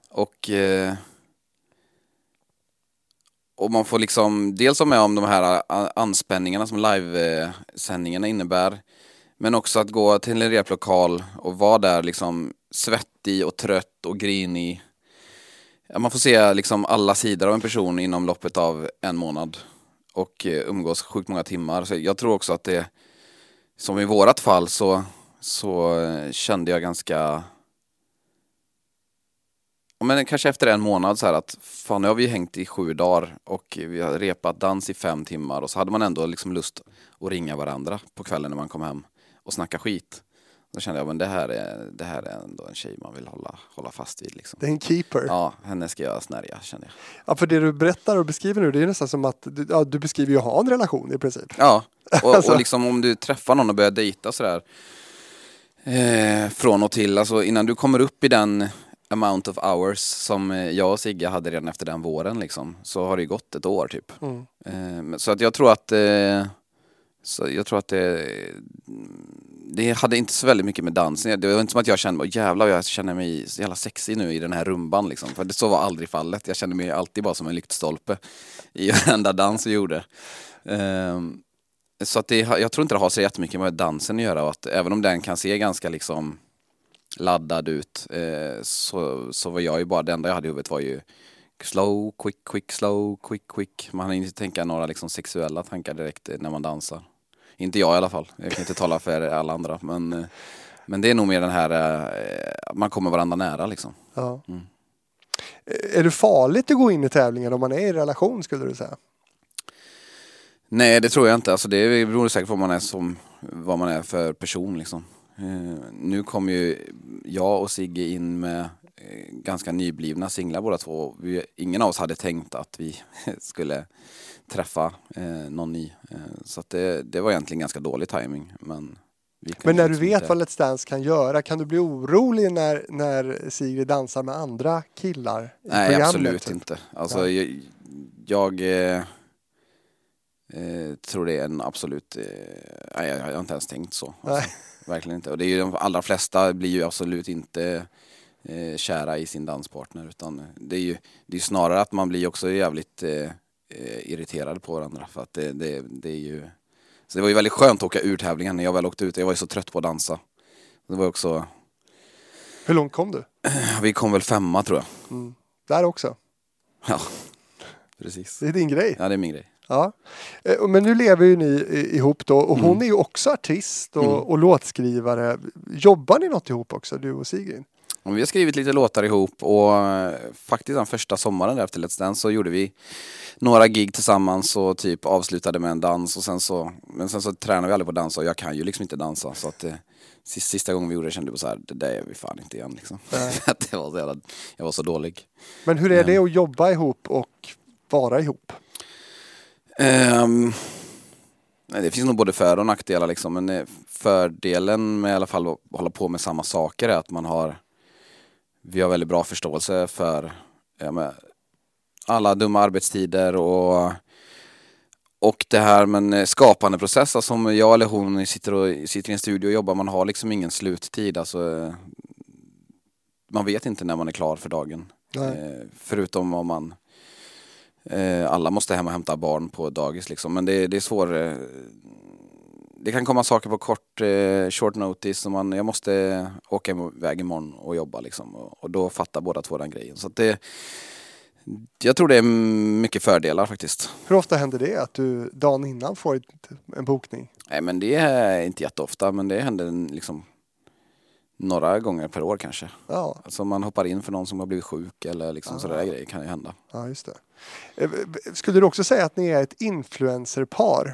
Och man får liksom dels vara med om de här anspänningarna som livesändningarna innebär. Men också att gå till en replokal och vara där liksom svettig och trött och grinig. Ja, man får se liksom alla sidor av en person inom loppet av 1 månad. Och umgås sjukt många timmar. Så jag tror också att det, som i vårat fall så kände jag ganska... Men kanske efter 1 månad så här att fan, nu har vi hängt i 7 dagar och vi har repat dans i 5 timmar och så hade man ändå liksom lust att ringa varandra på kvällen när man kom hem och snacka skit. Då kände jag, men det här är ändå en tjej man vill hålla fast vid liksom. Det är en keeper. Ja, henne ska jag snärja, känner jag. Ja, för det du berättar och beskriver nu, det är nästan som att du beskriver ju att ha en relation i princip. Ja, och liksom om du träffar någon och börjar dejta sådär från och till, alltså innan du kommer upp i den amount of hours som jag och Sigge hade redan efter den våren liksom, så har det gått 1 år typ. Så att jag tror att det hade inte så väldigt mycket med dansen. Det var inte som att jag kände mig, jävlar jag känner mig så jävla sexig nu i den här rumban liksom. För så var aldrig fallet. Jag kände mig alltid bara som en lyktstolpe i varenda dans vi gjorde. Så att jag tror inte det har så jättemycket med dansen att göra. Och att även om den kan se ganska liksom laddad ut, så var jag ju bara, det enda jag hade i huvudet var ju slow, quick, slow, quick. Man har inte tänka några liksom sexuella tankar direkt när man dansar. Inte jag i alla fall. Jag kan inte tala för alla andra. Men det är nog mer den här, man kommer varandra nära liksom. Ja. Är det farligt att gå in i tävlingar om man är i relation, skulle du säga? Nej, det tror jag inte. Alltså det beror säkert på vad man är för person liksom. Nu kom ju jag och Sigge in med ganska nyblivna singlar båda två. Ingen av oss hade tänkt att vi skulle träffa någon ny. Så att det var egentligen ganska dålig timing. Men när du vet vad Let's Dance kan göra, kan du bli orolig när Sigrid dansar med andra killar i Nej, programmet? absolut inte. Alltså jag tror det är en absolut... jag har inte ens tänkt så. Alltså, verkligen inte. Och det är ju de allra flesta blir ju absolut inte kära i sin danspartner. Utan det är ju snarare att man blir också jävligt irriterad på varandra. För att det är ju... Så det var ju väldigt skönt att åka ur tävlingen när jag väl åkte ut. Jag var ju så trött på att dansa. Det var också... Hur långt kom du? Vi kom väl 5, tror jag. Där också? Ja, precis. Det är din grej? Ja, det är min grej. Ja. Men nu lever ju ni ihop då. Och hon är ju också artist och låtskrivare. Jobbar ni något ihop också, du och Sigrid? Och vi har skrivit lite låtar ihop. Och faktiskt den första sommaren där efter Let's Dance så gjorde vi några gig tillsammans och typ avslutade med en dans. Och sen så tränade vi aldrig på dans och jag kan ju liksom inte dansa. Så att sista gången vi gjorde det kände jag så här, det där är vi fan inte igen liksom. Att jag var så dålig. Men hur är det att jobba ihop och vara ihop? Det finns nog både för- och nackdelar liksom. Men fördelen med i alla fall att hålla på med samma saker är att vi har väldigt bra förståelse för alla dumma arbetstider och det här med skapande processer som jag eller hon sitter i en studio och jobbar. Man har liksom ingen sluttid. Alltså, man vet inte när man är klar för dagen. Förutom om man alla måste hem och hämta barn på dagis liksom. Men det är svårt. Det kan komma saker på short notice och jag måste åka iväg imorgon och jobba liksom. Och då fattar båda två den grejen. Så att jag tror det är mycket fördelar faktiskt. Hur ofta händer det att du dagen innan får en bokning? Nej, men det är inte jätteofta, men det händer liksom några gånger per år kanske. Ja. Alltså man hoppar in för någon som har blivit sjuk eller liksom sådär grejer kan ju hända. Ja, just det. Skulle du också säga att ni är ett influencerpar?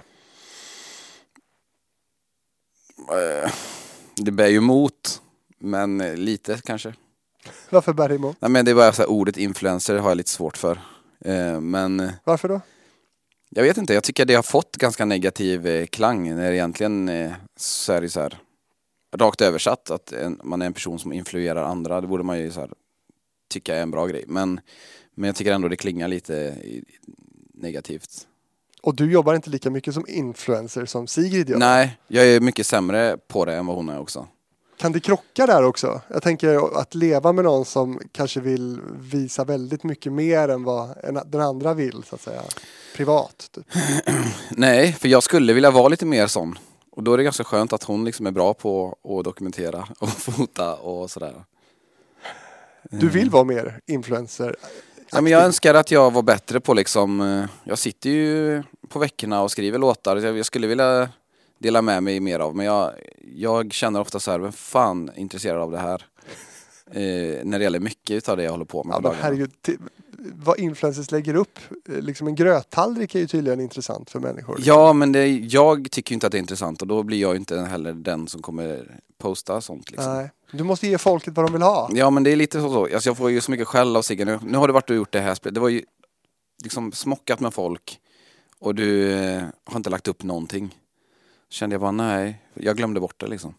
Det bär ju emot, men lite kanske. Varför bär det emot? Nej, men det är bara så här, ordet influencer har jag lite svårt för. Men varför då? Jag vet inte, jag tycker det har fått ganska negativ klang när egentligen så är det så här rakt översatt att man är en person som influerar andra. Det borde man ju så här tycka är en bra grej. Men jag tycker ändå det klingar lite negativt. Och du jobbar inte lika mycket som influencer som Sigrid gör? Nej, jag är mycket sämre på det än vad hon är också. Kan det krocka där också? Jag tänker att leva med någon som kanske vill visa väldigt mycket mer än vad den andra vill, så att säga. Privat. Typ. Nej, för jag skulle vilja vara lite mer sån. Och då är det ganska skönt att hon liksom är bra på att dokumentera och fota och sådär. Du vill vara mer influencer? Ja, men jag önskar att jag var bättre på liksom... Jag sitter ju på veckorna och skriver låtar. Jag skulle vilja dela med mig mer av. Men jag känner ofta så här, vem fan är intresserad av det här? När det gäller mycket av det jag håller på med. Ja, men herregud, vad influencers lägger upp, liksom en gröttallrik är ju tydligen intressant för människor. Ja, men jag tycker inte att det är intressant och då blir jag inte heller den som kommer posta sånt. Liksom. Nej, du måste ge folket vad de vill ha. Ja, men det är lite så. Alltså, jag får ju så mycket skäll av Sigge. Nu har du varit och gjort det här. Det var ju liksom smockat med folk och du har inte lagt upp någonting. Kände jag bara, nej, jag glömde bort det liksom.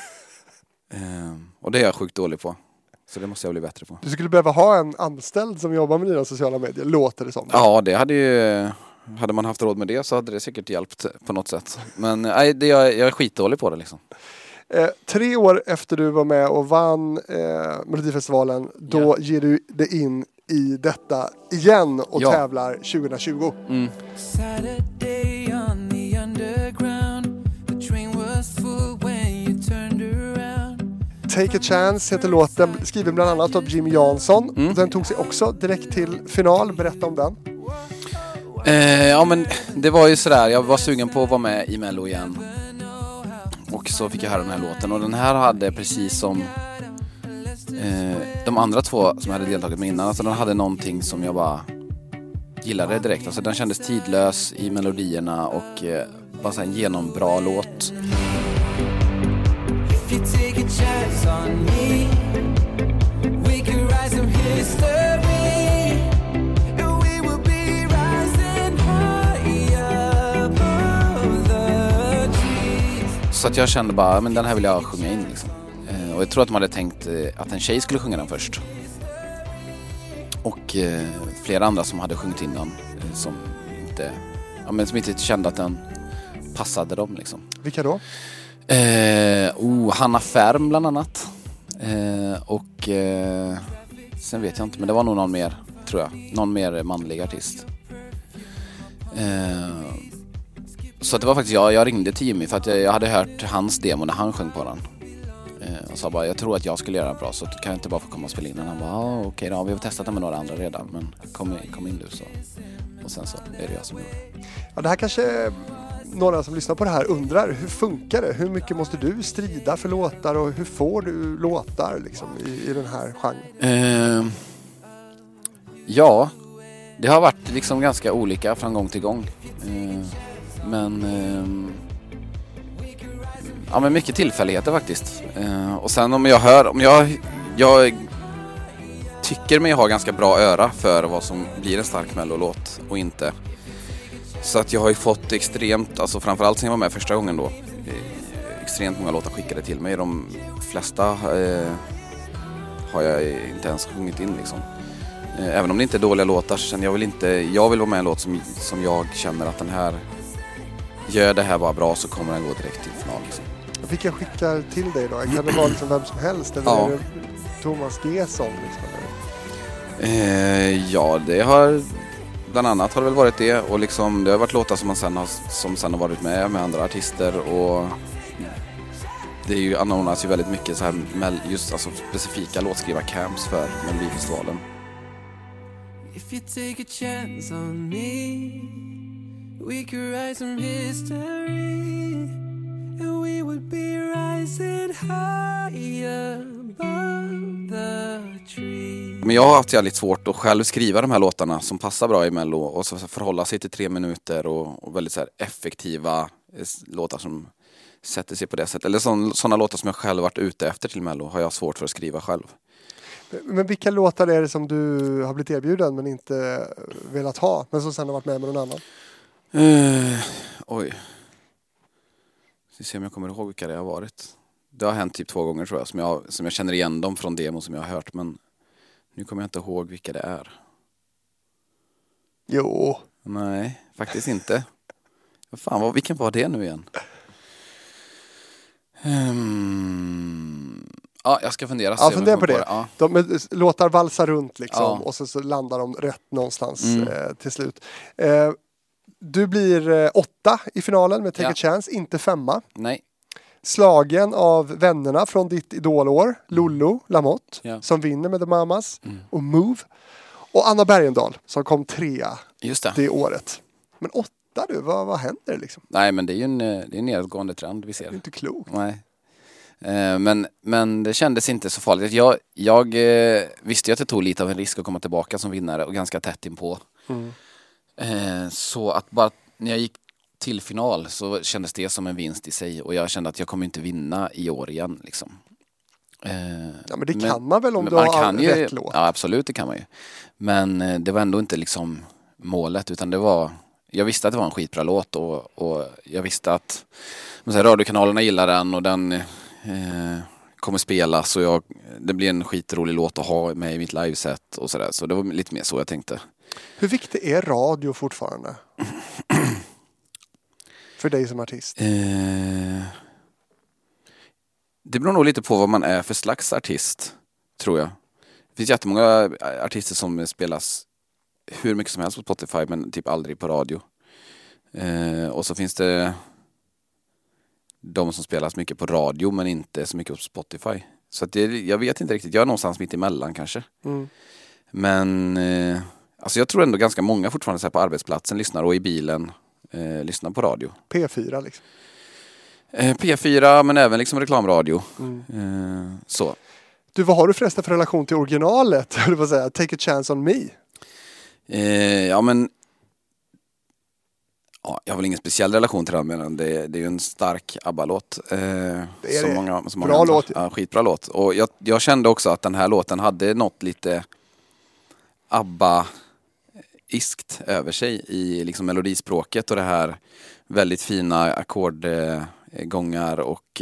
Och det är jag sjukt dålig på. Så det måste jag bli bättre på. Du skulle behöva ha en anställd som jobbar med dina sociala medier, låter det som. Ja, det hade man haft råd med det så hade det säkert hjälpt på något sätt. Men nej, jag är skitdålig på det liksom. 3 år efter du var med och vann Melodifestivalen, då ger du dig in i detta igen och tävlar 2020. Saturday on the underground. Take a Chance heter låten, skriven bland annat av Jimmy Jansson. Den tog sig också direkt till final. Berätta om den. Ja, men det var ju sådär, jag var sugen på att vara med i Mello igen. Och så fick jag höra den här låten. Och den här hade precis som de andra två som jag hade deltagit med innan. Alltså den hade någonting som jag bara gillade direkt. Alltså den kändes tidlös i melodierna och bara så en genombra låt. If you take a chance on me, we could write some history, and we will be rising high above the trees. Så att jag kände bara, men den här vill jag sjunga in liksom. Och jag tror att de hade tänkt att en tjej skulle sjunga den först. Och flera andra som hade sjungit in den som inte kände att den passade dem liksom. Vilka då? Hanna Färm bland annat. Och sen vet jag inte, men det var nog någon mer, tror jag. Någon mer manlig artist. Så att det var faktiskt jag ringde till Jimmy för att jag hade hört hans demo när han sjöng på den. Och sa bara, jag tror att jag skulle göra det bra, så kan jag inte bara få komma och spela in den. Han bara, okej då, vi har testat den med några andra redan, men kom in du så. Och sen så är det jag som gör. Ja, det här kanske några som lyssnar på det här undrar, hur funkar det? Hur mycket måste du strida för låtar och hur får du låtar liksom, i den här genren? Ja, det har varit liksom ganska olika från gång till gång. Men mycket tillfälligheter faktiskt. Och sen om jag tycker mig ha ganska bra öra för vad som blir en stark mellolåt och inte. Så att jag har ju fått extremt, alltså framförallt sen jag var med första gången då, extremt många låtar skickade till mig. De flesta har jag inte ens sjungit in liksom. Även om det inte är dåliga låtar så känner jag vill vara med i en låt som jag känner att den här gör det här bara bra, så kommer den gå direkt till final liksom. Vilka skickar till dig då? Kan det vara liksom vem som helst? Eller Ja. är det Thomas Gesson liksom? Ja, det har bland annat har det väl varit det, och liksom det har varit låtar som sen har varit med andra artister, och det är ju anordnas ju väldigt mycket så här just alltså specifika låtskrivarcamps för Melodifestivalen. If you take a chance on me, we could write some history, and we would be rising high above the trees. Men jag har haft jävligt svårt att själv skriva de här låtarna som passar bra i Mello, och så förhålla sig till 3 minuter och väldigt så här effektiva låtar som sätter sig på det sättet. Eller sådana låtar som jag själv varit ute efter till Mello har jag svårt för att skriva själv. Men vilka låtar är det som du har blivit erbjuden men inte velat ha, men som sen har varit med någon annan? Oj. Ska se om jag kommer ihåg vilka det har varit. Det har hänt typ 2 gånger tror jag, som jag känner igen dem från demo som jag har hört, men nu kommer jag inte ihåg vilka det är. Jo. Nej, faktiskt inte. Fan, vilken var det nu igen? Ja, jag ska fundera. Ja, fundera på det. Ja. De låtar valsar runt liksom, Ja. och så landar de rätt någonstans till slut. Du blir 8 i finalen med Take a Chance, inte 5. Nej. Slagen av vännerna från ditt idolår, Lollo Lamotte, som vinner med The Mamas och Move. Och Anna Bergendahl som kom 3 Just det. det året. Men 8 du, vad händer liksom? Nej, men det är ju en nedgående trend vi ser. Det är inte klokt. Nej. Men det kändes inte så farligt. Jag visste ju att det tog lite av en risk att komma tillbaka som vinnare och ganska tätt inpå. Så att bara när jag gick till final så kändes det som en vinst i sig, och jag kände att jag kommer inte vinna i år igen liksom. Ja, men det kan man väl om du man har kan rätt låt? Ja, absolut, det kan man ju. Men det var ändå inte liksom målet, utan det var, jag visste att det var en skitbra låt, och jag visste att radiokanalerna gillar den, och den kommer spelas, och det blir en skitrolig låt att ha med i mitt liveset och sådär. Så det var lite mer så jag tänkte. Hur viktigt är radio fortfarande? För dig som artist? Det beror nog lite på vad man är för slags artist, tror jag. Det finns jättemånga artister som spelas hur mycket som helst på Spotify, men typ aldrig på radio. Och så finns det de som spelas mycket på radio men inte så mycket på Spotify. Så att jag vet inte riktigt, jag är någonstans mitt emellan kanske. Men alltså jag tror ändå ganska många fortfarande så här på arbetsplatsen lyssnar och i bilen lyssnar på radio. P4 liksom. P4 men även liksom reklamradio. Så. Du, vad har du förresten för relation till originalet? Jag vill säga, Take a chance on me. Ja men jag har väl ingen speciell relation till den, men det är ju en stark ABBA-låt. Det är som det. många Bra låt. Ja, skitbra låt. Och jag kände också att den här låten hade något lite ABBA-iskt över sig i liksom melodispråket och det här väldigt fina ackordgångar och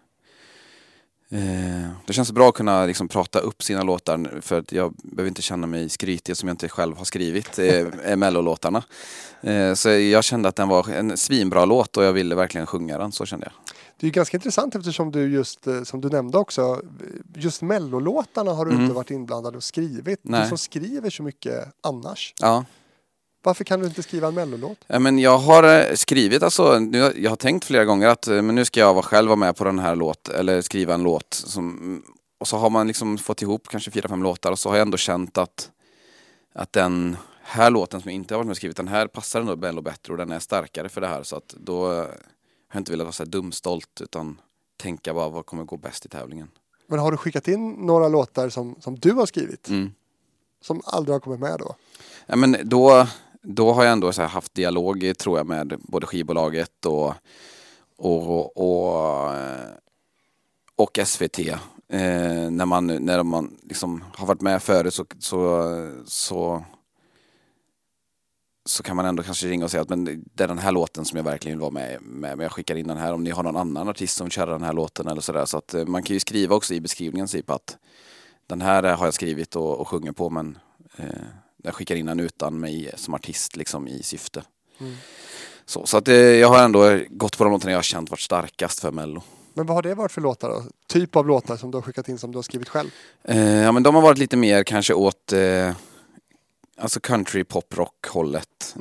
det känns bra att kunna liksom prata upp sina låtar för att jag behöver inte känna mig skrytig som jag inte själv har skrivit mellolåtarna. Så jag kände att den var en svinbra låt och jag ville verkligen sjunga den, så kände jag. Det är ju ganska intressant eftersom du just, som du nämnde också, just mellolåtarna har du inte varit inblandad och skrivit. Nej. Du som skriver så mycket annars. Ja. Varför kan du inte skriva en mellolåt? Ja, men jag har skrivit alltså, jag har tänkt flera gånger att men nu ska jag själv vara med på den här låt eller skriva en låt som, och så har man liksom fått ihop kanske 4-5 låtar och så har jag ändå känt att den här låten som jag inte har varit med och skrivit, den här passar ändå Bello bättre och den är starkare för det här, så att då har jag inte velat vara så här dumstolt utan tänka bara vad kommer gå bäst i tävlingen. Men har du skickat in några låtar som du har skrivit? Som aldrig har kommit med då? Ja, men då har jag ändå så här haft dialog tror jag med både skivbolaget och SVT. När man liksom har varit med förut så kan man ändå kanske ringa och säga att men det är den här låten som jag verkligen vill vara med men jag skickar in den här om ni har någon annan artist som kör den här låten eller sådär. Så att man kan ju skriva också i beskrivningen typ att den här har jag skrivit och sjunger på men jag skickar in den utan mig som artist liksom i syfte. Så att jag har ändå gått på de låtarna jag har känt varit starkast för Mello. Men vad har det varit för låtar då? Typ av låtar som du har skickat in som du har skrivit själv? Ja men de har varit lite mer kanske åt alltså country, pop, rock hållet.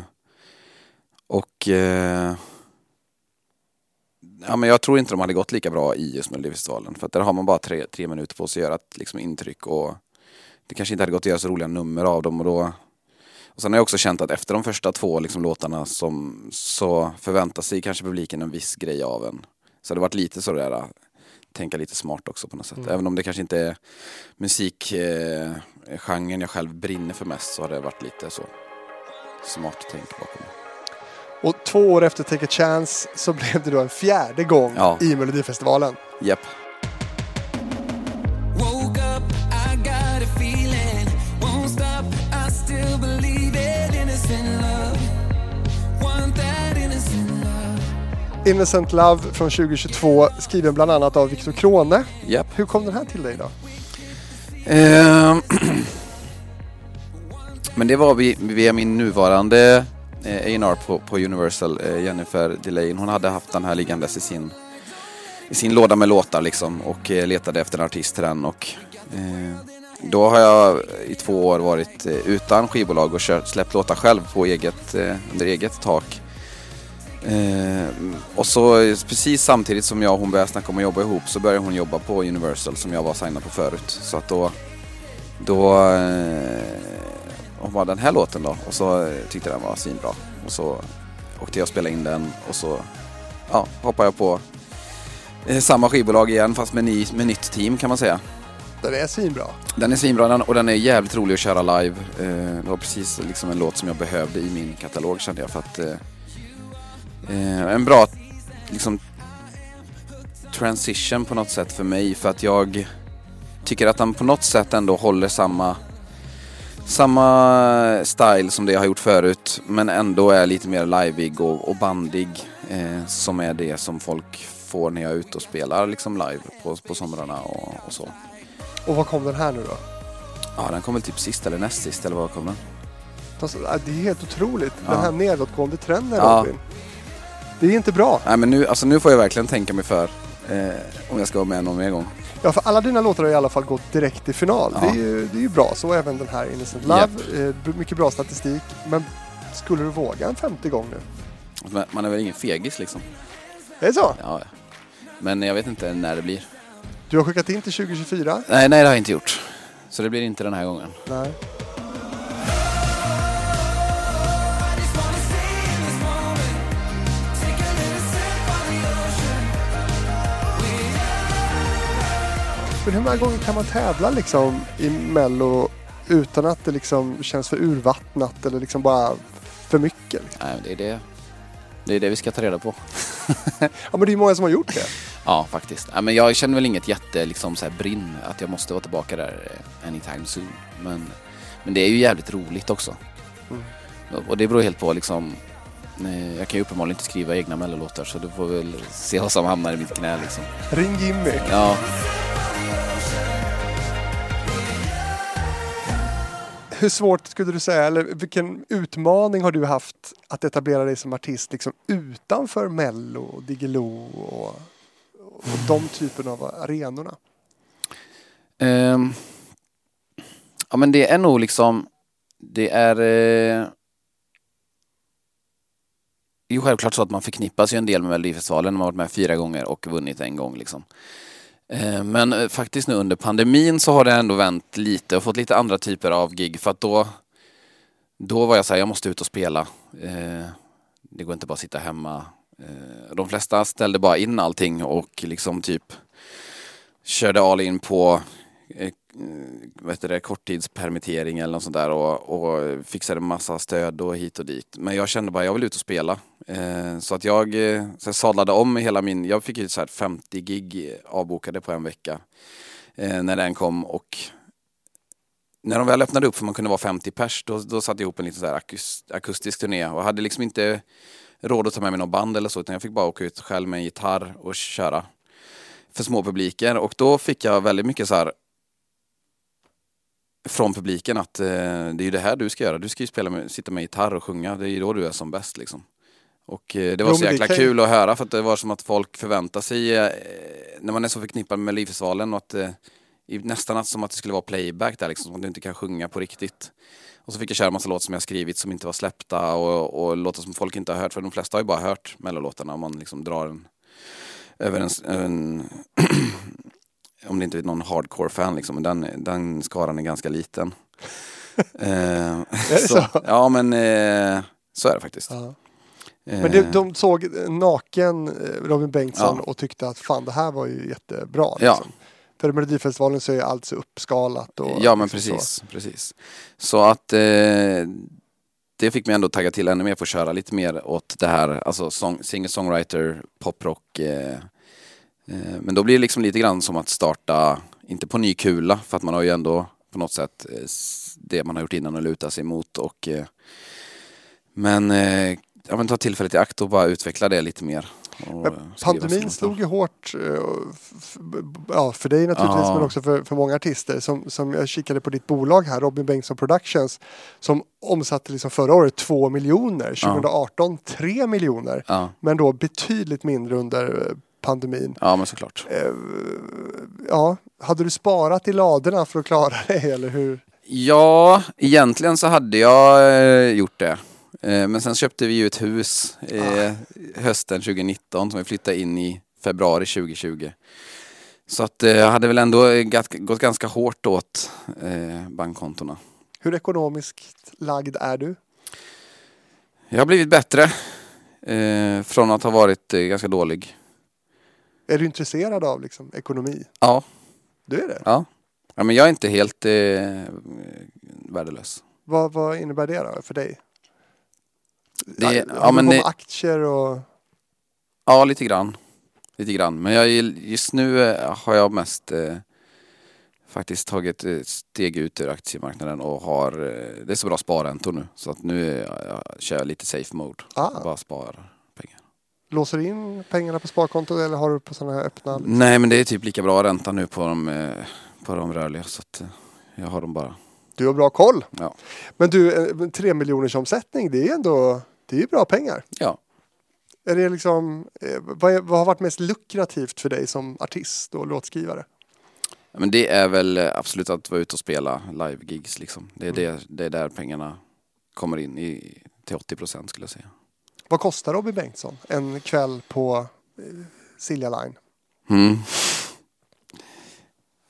Ja men jag tror inte de hade gått lika bra i just Melodifestivalen för att där har man bara 3 minuter på sig att göra ett liksom intryck och det kanske inte hade gått att göra så roliga nummer av dem och sen har jag också känt att efter de första 2 liksom låtarna så förväntar sig kanske publiken en viss grej av en. Så det har varit lite så där tänka lite smart också på något sätt. Även om det kanske inte är musikgenren jag själv brinner för mest så har det varit lite så smart tänk bakom det. Och 2 år efter Take a Chance så blev det då en 4:e gång i Melodifestivalen. Japp. Innocent Love från 2022 skriven bland annat av Viktor Krone. Yep. Hur kom den här till dig då? Men det var via min nuvarande A&R på Universal, Jennifer Delane. Hon hade haft den här liggandes i sin låda med låtar liksom och letade efter en artist till den och då har jag i 2 år varit utan skivbolag och släppt låtar själv på under eget tak. Och så precis samtidigt som jag och hon började snacka om att jobba ihop så började hon jobba på Universal som jag var signad på förut. Så att då hon var den här låten då och så tyckte den var svinbra och så åkte jag och spelade in den och så hoppade jag på samma skivbolag igen fast med nytt team kan man säga. Den är svinbra. Den är svinbra och den är jävligt rolig att köra live. Det var precis liksom en låt som jag behövde i min katalog kände jag för att en bra liksom transition på något sätt för mig för att jag tycker att han på något sätt ändå håller samma style som det jag har gjort förut men ändå är lite mer liveig och bandig som är det som folk får när jag är ute och spelar liksom live på somrarna och så. Och vad kom den här nu då? Ja, den kom väl typ sist eller näst sist eller vad kom den? Alltså, det är helt otroligt. Den här nedåtgående trenden Robin. Det är inte bra. Nej men nu får jag verkligen tänka mig för om jag ska vara med någon mer gång. Ja, för alla dina låtar har i alla fall gått direkt till final. Ja. Det är ju bra. Så även den här Innocent Love. Mycket bra statistik. Men skulle du våga en 50 gång nu? Man är väl ingen fegis liksom. Är det så? Ja. Men jag vet inte när det blir. Du har skickat in till 2024? Nej, det har jag inte gjort. Så det blir inte den här gången. Nej. Men hur många gånger kan man tävla liksom i Mello utan att det liksom känns för urvattnat eller liksom bara för mycket? Liksom? Nej, det är det vi ska ta reda på. Ja, men det är ju många som har gjort det. Ja, faktiskt. Ja, men jag känner väl inget jätte liksom, så här brinn att jag måste vara tillbaka där anytime soon. Men det är ju jävligt roligt också. Och det beror helt på liksom, jag kan ju uppenbarligen inte skriva egna mellolåtar, så du får väl se vad som hamnar i mitt knä liksom. Ring Jimmy. Ja. Hur svårt skulle du säga, eller vilken utmaning har du haft att etablera dig som artist liksom utanför Mello och Diggiloo och de typen av arenorna? Ja, men det är nog liksom, det är ju självklart så att man förknippas ju en del med Melodifestivalen. Man har varit med 4 gånger och vunnit en gång liksom. Men faktiskt nu under pandemin så har det ändå vänt lite och fått lite andra typer av gig, för att då var jag så här, jag måste ut och spela. Det går inte bara att sitta hemma. De flesta ställde bara in allting och liksom typ körde all in på korttidspermittering eller något sånt där och fixade massa stöd och hit och dit. Men jag kände bara, jag vill ut och spela. Så att jag sadlade om hela jag fick ju så här 50 gig avbokade på en vecka när den kom, och när de väl öppnade upp för man kunde vara 50 pers, då satte jag ihop en liten så här akustisk turné och hade liksom inte råd att ta med mig någon band eller så, utan jag fick bara åka ut själv med en gitarr och köra för små publiker. Och då fick jag väldigt mycket så här från publiken att det är ju det här du ska göra. Du ska ju sitta med gitarr och sjunga. Det är ju då du är som bäst liksom. Och det var så jäkla kul att höra, för att det var som att folk förväntar sig när man är så förknippad med Melodifestivalen, och att nästan som att det skulle vara playback där liksom, som att du inte kan sjunga på riktigt. Och så fick jag köra en massa låtar som jag skrivit som inte var släppta och låtar som folk inte har hört, för de flesta har ju bara hört mellolåtarna om man liksom drar över en om det inte är någon hardcore-fan liksom, men den skaran är ganska liten. Är det så? Ja, men så är det faktiskt. Ja. Men de såg naken Robin Bengtsson och tyckte att fan, det här var ju jättebra. Liksom. Ja. För Melodifestivalen så är allt så uppskalat. Och ja, men liksom precis. Så att det fick mig ändå tagga till ännu mer för att köra lite mer åt det här, alltså singer-songwriter, poprock. Men då blir det liksom lite grann som att starta, inte på ny kula, för att man har ju ändå på något sätt det man har gjort innan och luta sig mot. Och, men ta tillfället i akt och bara utveckla det lite mer. Pandemin slog ju hårt för dig naturligtvis, men också för många artister. Som jag kikade på ditt bolag här, Robin Bengtsson Productions, som omsatte liksom förra året 2 miljoner, 2018 3 miljoner, men då betydligt mindre under pandemin. Ja, men såklart. Hade du sparat i ladorna för att klara det, eller hur? Ja, egentligen så hade jag gjort det. Men sen köpte vi ju ett hus hösten 2019 som vi flyttade in i februari 2020. Så att jag hade väl ändå gått ganska hårt åt bankkontona. Hur ekonomiskt lagd är du? Jag har blivit bättre från att ha varit ganska dålig. Är du intresserad av liksom ekonomi? Ja. Du är det? Ja, men jag är inte helt värdelös. Vad innebär det då för dig? Aktier och... Ja, lite grann. Men just nu har jag mest faktiskt tagit ett steg ut ur aktiemarknaden och det är så bra sparräntor nu. Så att nu kör jag lite safe mode. Bara sparar pengar. Låser du in pengarna på sparkontot eller har du på sådana här öppna? Liksom? Nej, men det är typ lika bra ränta nu på de rörliga, så att jag har dem bara. Du har bra koll. Ja. Men du, 3 miljoners omsättning, det är ju bra pengar. Ja. Är det liksom, vad har varit mest lukrativt för dig som artist och låtskrivare? Ja, men det är väl absolut att vara ute och spela live-gigs liksom. Det är där pengarna kommer in till 80% skulle jag säga. Vad kostar Robin Bengtsson en kväll på Silja Line?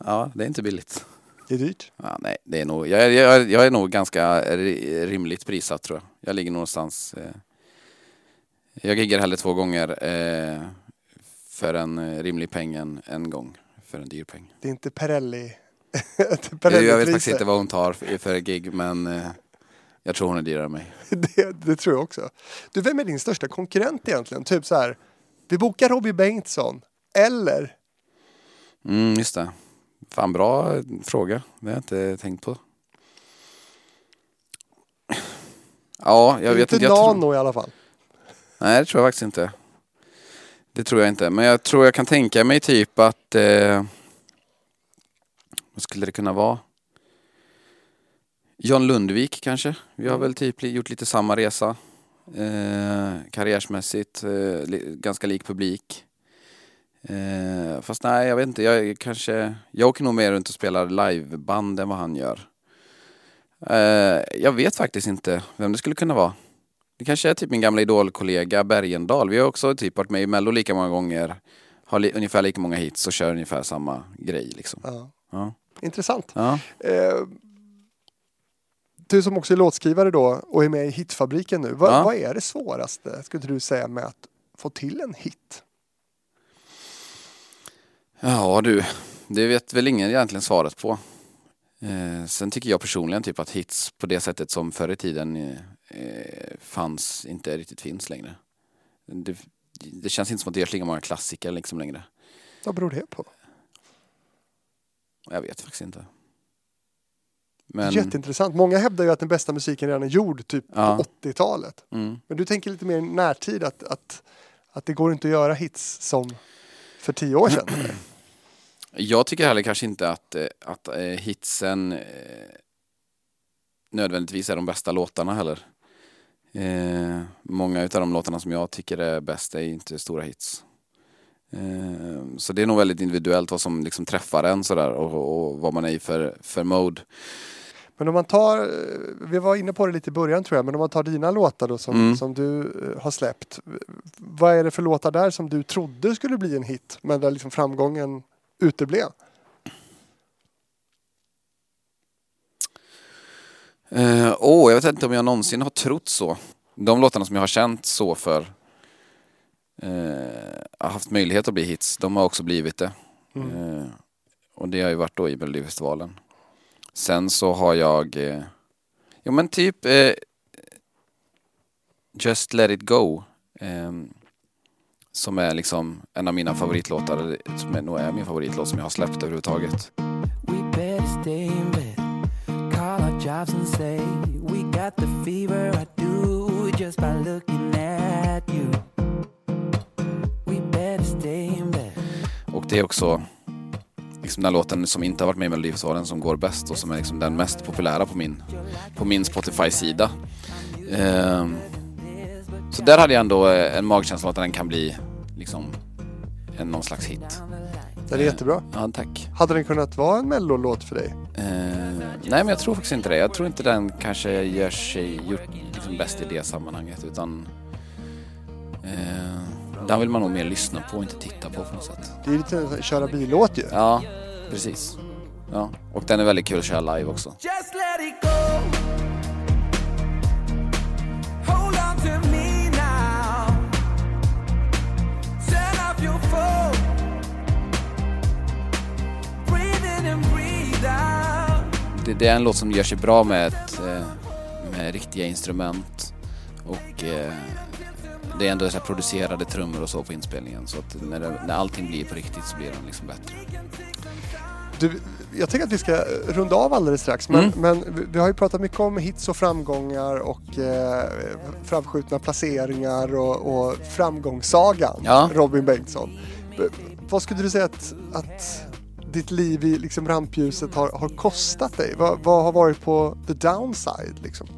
Ja, det är inte billigt. Det är dyrt. Ja, nej, det är nog, jag är nog ganska rimligt prissatt tror jag. Jag ligger någonstans... jag giggar hellre 2 gånger för en rimlig peng än en gång för en dyr peng. Det är inte Perelli. Jag vet faktiskt inte vad hon tar för gig, men jag tror hon är dyrare än mig. Det tror jag också. Du, vem är din största konkurrent egentligen? Typ så här, vi bokar Robin Bengtsson, eller? Just det. Fan, bra fråga. Det har jag inte tänkt på. Ja, jag vet inte. Inte Nano i alla fall. Nej, det tror jag faktiskt inte. Det tror jag inte. Men jag tror jag kan tänka mig typ att... vad skulle det kunna vara? John Lundvik kanske. Vi har väl typ gjort lite samma resa. Karriärsmässigt. Ganska lik publik. Fast nej, jag vet inte. Jag åker nog mer runt och spelar liveband än vad han gör. Jag vet faktiskt inte vem det skulle kunna vara. Det kanske är typ min gamla idolkollega Bergendal. Vi har också typ varit med i Mello lika många gånger. Har ungefär lika många hits och kör ungefär samma grej liksom. Ja. Intressant. Ja. Du som också är låtskrivare då och är med i Hitfabriken nu. Vad är det svåraste, skulle du säga, med att få till en hit? Ja du, det vet väl ingen egentligen svaret på. Sen tycker jag personligen typ att hits på det sättet som förr i tiden fanns inte riktigt finns längre. Det känns inte som att det görs lika många klassiker liksom längre. Vad beror det på? Jag vet faktiskt inte. Men... Jätteintressant. Många hävdar ju att den bästa musiken redan är gjord typ på 80-talet. Men du tänker lite mer närtid att det går inte att göra hits som för 10 år sedan? Jag tycker heller kanske inte att hitsen nödvändigtvis är de bästa låtarna heller. Många av de låtarna som jag tycker är bäst är inte stora hits. Så det är nog väldigt individuellt vad som liksom träffar en sådär och vad man är i för mode. Men om man tar, vi var inne på det lite i början tror jag, men om man tar dina låtar då som du har släppt. Vad är det för låtar där som du trodde skulle bli en hit men där liksom framgången uteblev? Jag vet inte om jag någonsin har trott så. De låtarna som jag har känt så för har haft möjlighet att bli hits, de har också blivit det. Och det har ju varit då i Melodifestivalen. Sen så har jag Just Let It Go som är liksom en av mina favoritlåtar, som nog är min favoritlåt som jag har släppt överhuvudtaget. We better stay in bed, call our jobs and say we got the fever, I do just by looking at you. We better stay in bed. Och det är också liksom den låten som inte har varit med i Melodifestivalen som går bäst och som är liksom den mest populära på min Spotify-sida. Så där hade jag ändå en magkänsla att den kan bli liksom någon slags hit. Det är jättebra. Ja, tack. Hade den kunnat vara en mellolåt för dig? Nej, men jag tror faktiskt inte det. Jag tror inte den kanske gjort liksom bäst i det sammanhanget, utan den vill man nog mer lyssna på och inte titta på något sätt. Det är lite köra bil-låt ju. Ja, precis. Ja, och den är väldigt kul att köra live också. Just let it go. Hold on to me now. Turn off your phone. Breathe in and breathe out. Det är en låt som gör sig bra med riktiga instrument och det är ändå så här producerade trummor och så på inspelningen, så att när allting blir på riktigt så blir den liksom bättre. Du, jag tänker att vi ska runda av alldeles strax, men vi har ju pratat mycket om hits och framgångar och framskjutna placeringar och framgångssagan Robin Bengtsson. Vad skulle du säga att ditt liv i liksom rampljuset har kostat dig? Vad har varit på the downside liksom?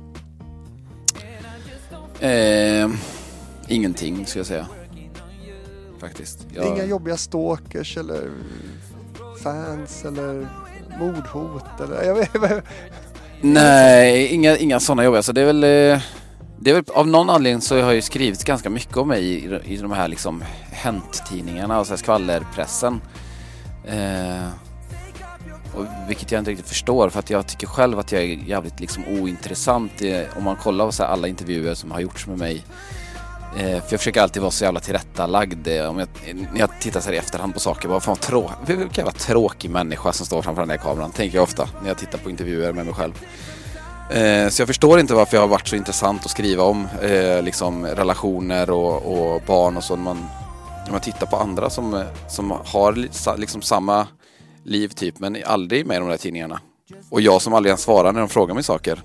Ingenting skulle jag säga. Faktiskt. Inga jobbiga stalkers eller fans eller mordhot eller jag vet. Nej, inga sådana jobb. Alltså det är väl av någon anledning så har jag ju skrivit ganska mycket om mig i de här liksom hänt-tidningarna och så här skvallerpressen. Och vilket jag inte riktigt förstår, för att jag tycker själv att jag är jävligt liksom ointressant om man kollar på så här alla intervjuer som har gjorts med mig. För jag försöker alltid vara så jävla tillrättalagd. När jag tittar så här i efterhand på saker, vad fan vilken jävla tråkig människa som står framför den där kameran, tänker jag ofta när jag tittar på intervjuer med mig själv. Så jag förstår inte varför jag har varit så intressant att skriva om liksom relationer och barn och så. När man tittar på andra som har liksom samma liv typ, men aldrig med i de där tidningarna. Och jag som aldrig ens svarar när de frågar mig saker.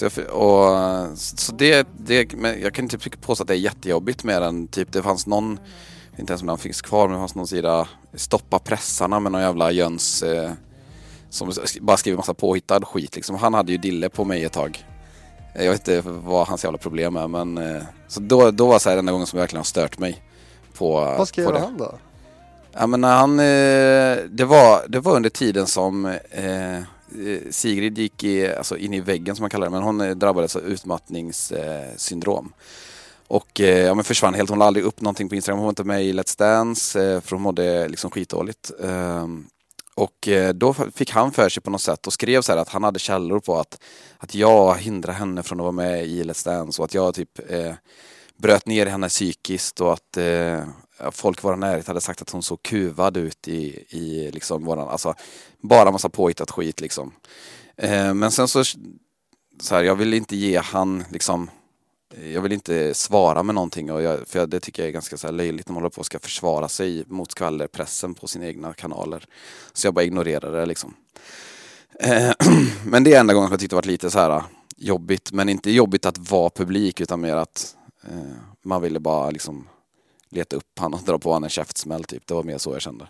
Så men jag kan inte påstå att det är jättejobbigt med den. Typ det fanns någon, inte ens om den finns kvar, men det fanns någon sida Stoppa pressarna med någon jävla Jöns som bara skriver massa påhittad skit liksom. Han hade ju dille på mig ett tag. Jag vet inte vad hans jävla problem är, men så då var så här den gången som jag verkligen har stört mig på. Vad skrev på det. han då? Ja, men det var under tiden som Sigrid gick in i väggen som man kallar det, men hon drabbades av utmattningssyndrom. Och men försvann helt. Hon la aldrig upp någonting på Instagram. Hon var inte med i Let's Dance för hon mådde liksom skitdåligt. Och då fick han för sig på något sätt och skrev så här att han hade källor på att jag hindrade henne från att vara med i Let's Dance och att jag typ bröt ner henne psykiskt och att folk var närhet hade sagt att hon såg kuvad ut i liksom våran, alltså bara massa påhittat skit liksom. Men sen så här, jag vill inte ge han liksom, jag vill inte svara med någonting för det tycker jag är ganska så här löjligt när man håller på och ska försvara sig mot skvallerpressen på sina egna kanaler. Så jag bara ignorerar det liksom. Men det är enda gången jag tyckte det varit lite så här jobbigt, men inte jobbigt att vara publik utan mer att man ville bara liksom leta upp han och dra på han en käftsmäll typ. Det var mer så jag kände.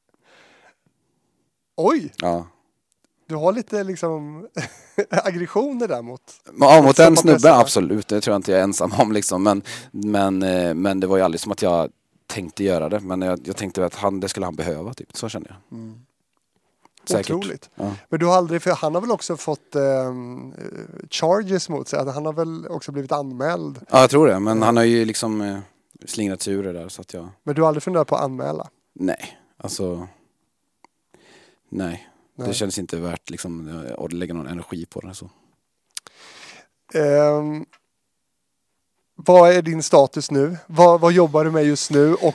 Oj! Ja. Du har lite liksom aggressioner där mot... Ja, mot den snubben, absolut. Det tror jag inte jag är ensam om liksom. Men det var ju aldrig som att jag tänkte göra det. Men jag tänkte att det skulle han behöva typ. Så kände jag. Mm. Säkert. Otroligt. Ja. Men du har aldrig, för han har väl också fått charges mot sig. Han har väl också blivit anmäld. Ja, jag tror det. Men han har ju liksom slingrat sig ur det där. Så att jag... Men du har aldrig funderat på att anmäla? Nej, alltså... Nej. Det känns inte värt liksom, att lägga någon energi på det. Så. Vad är din status nu? Vad jobbar du med just nu? Och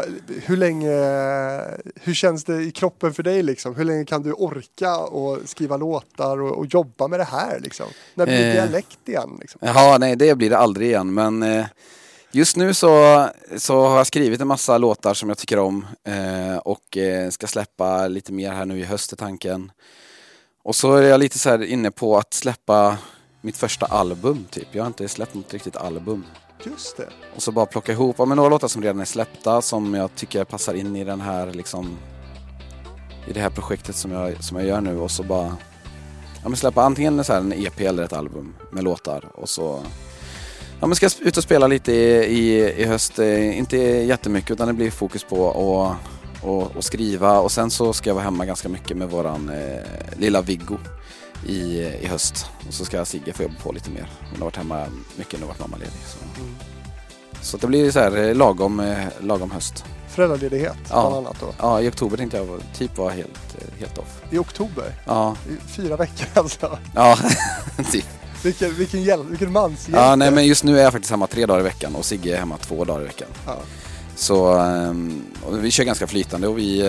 hur känns det i kroppen för dig? Liksom? Hur länge kan du orka och skriva låtar och jobba med det här? Liksom? När blir det dialekt igen? Liksom? Ja, nej, det blir det aldrig igen. Men just nu så har jag skrivit en massa låtar som jag tycker om. Och ska släppa lite mer här nu i höst i tanken. Och så är jag lite så här inne på att släppa mitt första album typ. Jag har inte släppt något riktigt album. Just det. Och så bara plocka ihop några låtar som redan är släppta som jag tycker passar in i den här liksom, i det här projektet som jag gör nu. Och så bara släppa antingen så här en EP eller ett album med låtar. Och så ska jag ut och spela lite i höst. Inte jättemycket utan det blir fokus på och skriva. Och sen så ska jag vara hemma ganska mycket med våran lilla Viggo i höst. Och så ska Sigge få jobba på lite mer. Hon har varit hemma mycket och varit mammaledig. Så det blir så här lagom höst. Föräldraledighet bland annat då? Ja, i oktober tänkte jag typ vara helt off. I oktober? Ja. 4 veckor alltså? Ja, typ. Vilken manshjälte. Ja, nej, men just nu är jag faktiskt hemma 3 dagar i veckan och Sigge är hemma 2 dagar i veckan. Ja. Så och vi kör ganska flytande och vi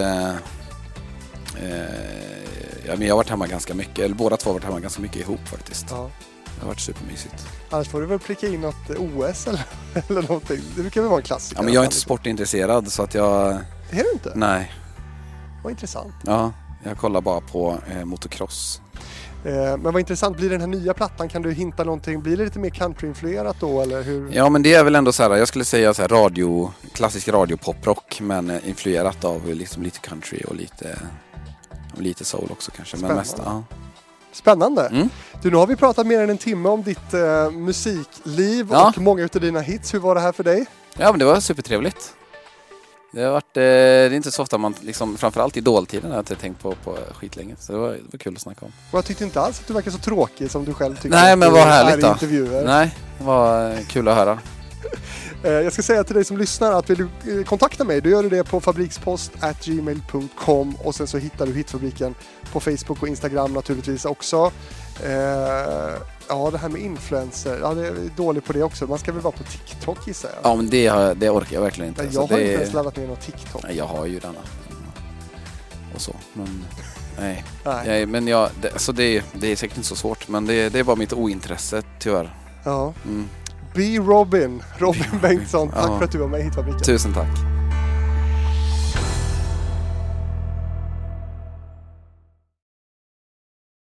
men jag har varit hemma ganska mycket, eller båda två har varit hemma ganska mycket ihop faktiskt. Ja. Det har varit supermysigt. Annars får du väl pricka in något OS eller någonting. Det brukar väl vara en klassiker. Ja, men jag är inte sportintresserad så att jag... Är du inte? Nej. Vad intressant. Ja, jag kollar bara på motocross. Men vad intressant, blir den här nya plattan, kan du hinta någonting, blir det lite mer countryinfluerat då eller hur? Ja, men det är väl ändå så här, jag skulle säga så här klassisk radiopoprock men influerat av liksom lite country och lite soul också kanske. Spännande. Men mest, ja. Spännande. Mm. Du, nu har vi pratat mer än en timme om ditt musikliv och många utav dina hits. Hur var det här för dig? Ja, men det var supertrevligt. Det har varit, det är inte så ofta man liksom, framförallt i idoltiden har jag inte tänkt på skitlänge. Så det var kul att snacka om. Och jag tyckte inte alls att du verkar så tråkig som du själv tycker. Nej, men vad härligt då. Intervjuer. Nej, det var kul att höra. Jag ska säga till dig som lyssnar att vill du kontakta mig, då gör du det på fabrikspost@gmail.com och sen så hittar du Hitfabriken på Facebook och Instagram naturligtvis också. Ja, det här med influencer, ja, det är dålig på det också. Man ska väl vara på TikTok gissar jag. Ja, men det orkar jag verkligen inte. Jag har inte ens laddat ner någon TikTok. Nej, jag har ju denna. Och så, men nej. Nej. Men det är säkert inte så svårt, men det är bara mitt ointresse tyvärr. Ja. Be Robin Bengtsson, tack för att du var med i Hitfabriken. Tusen tack.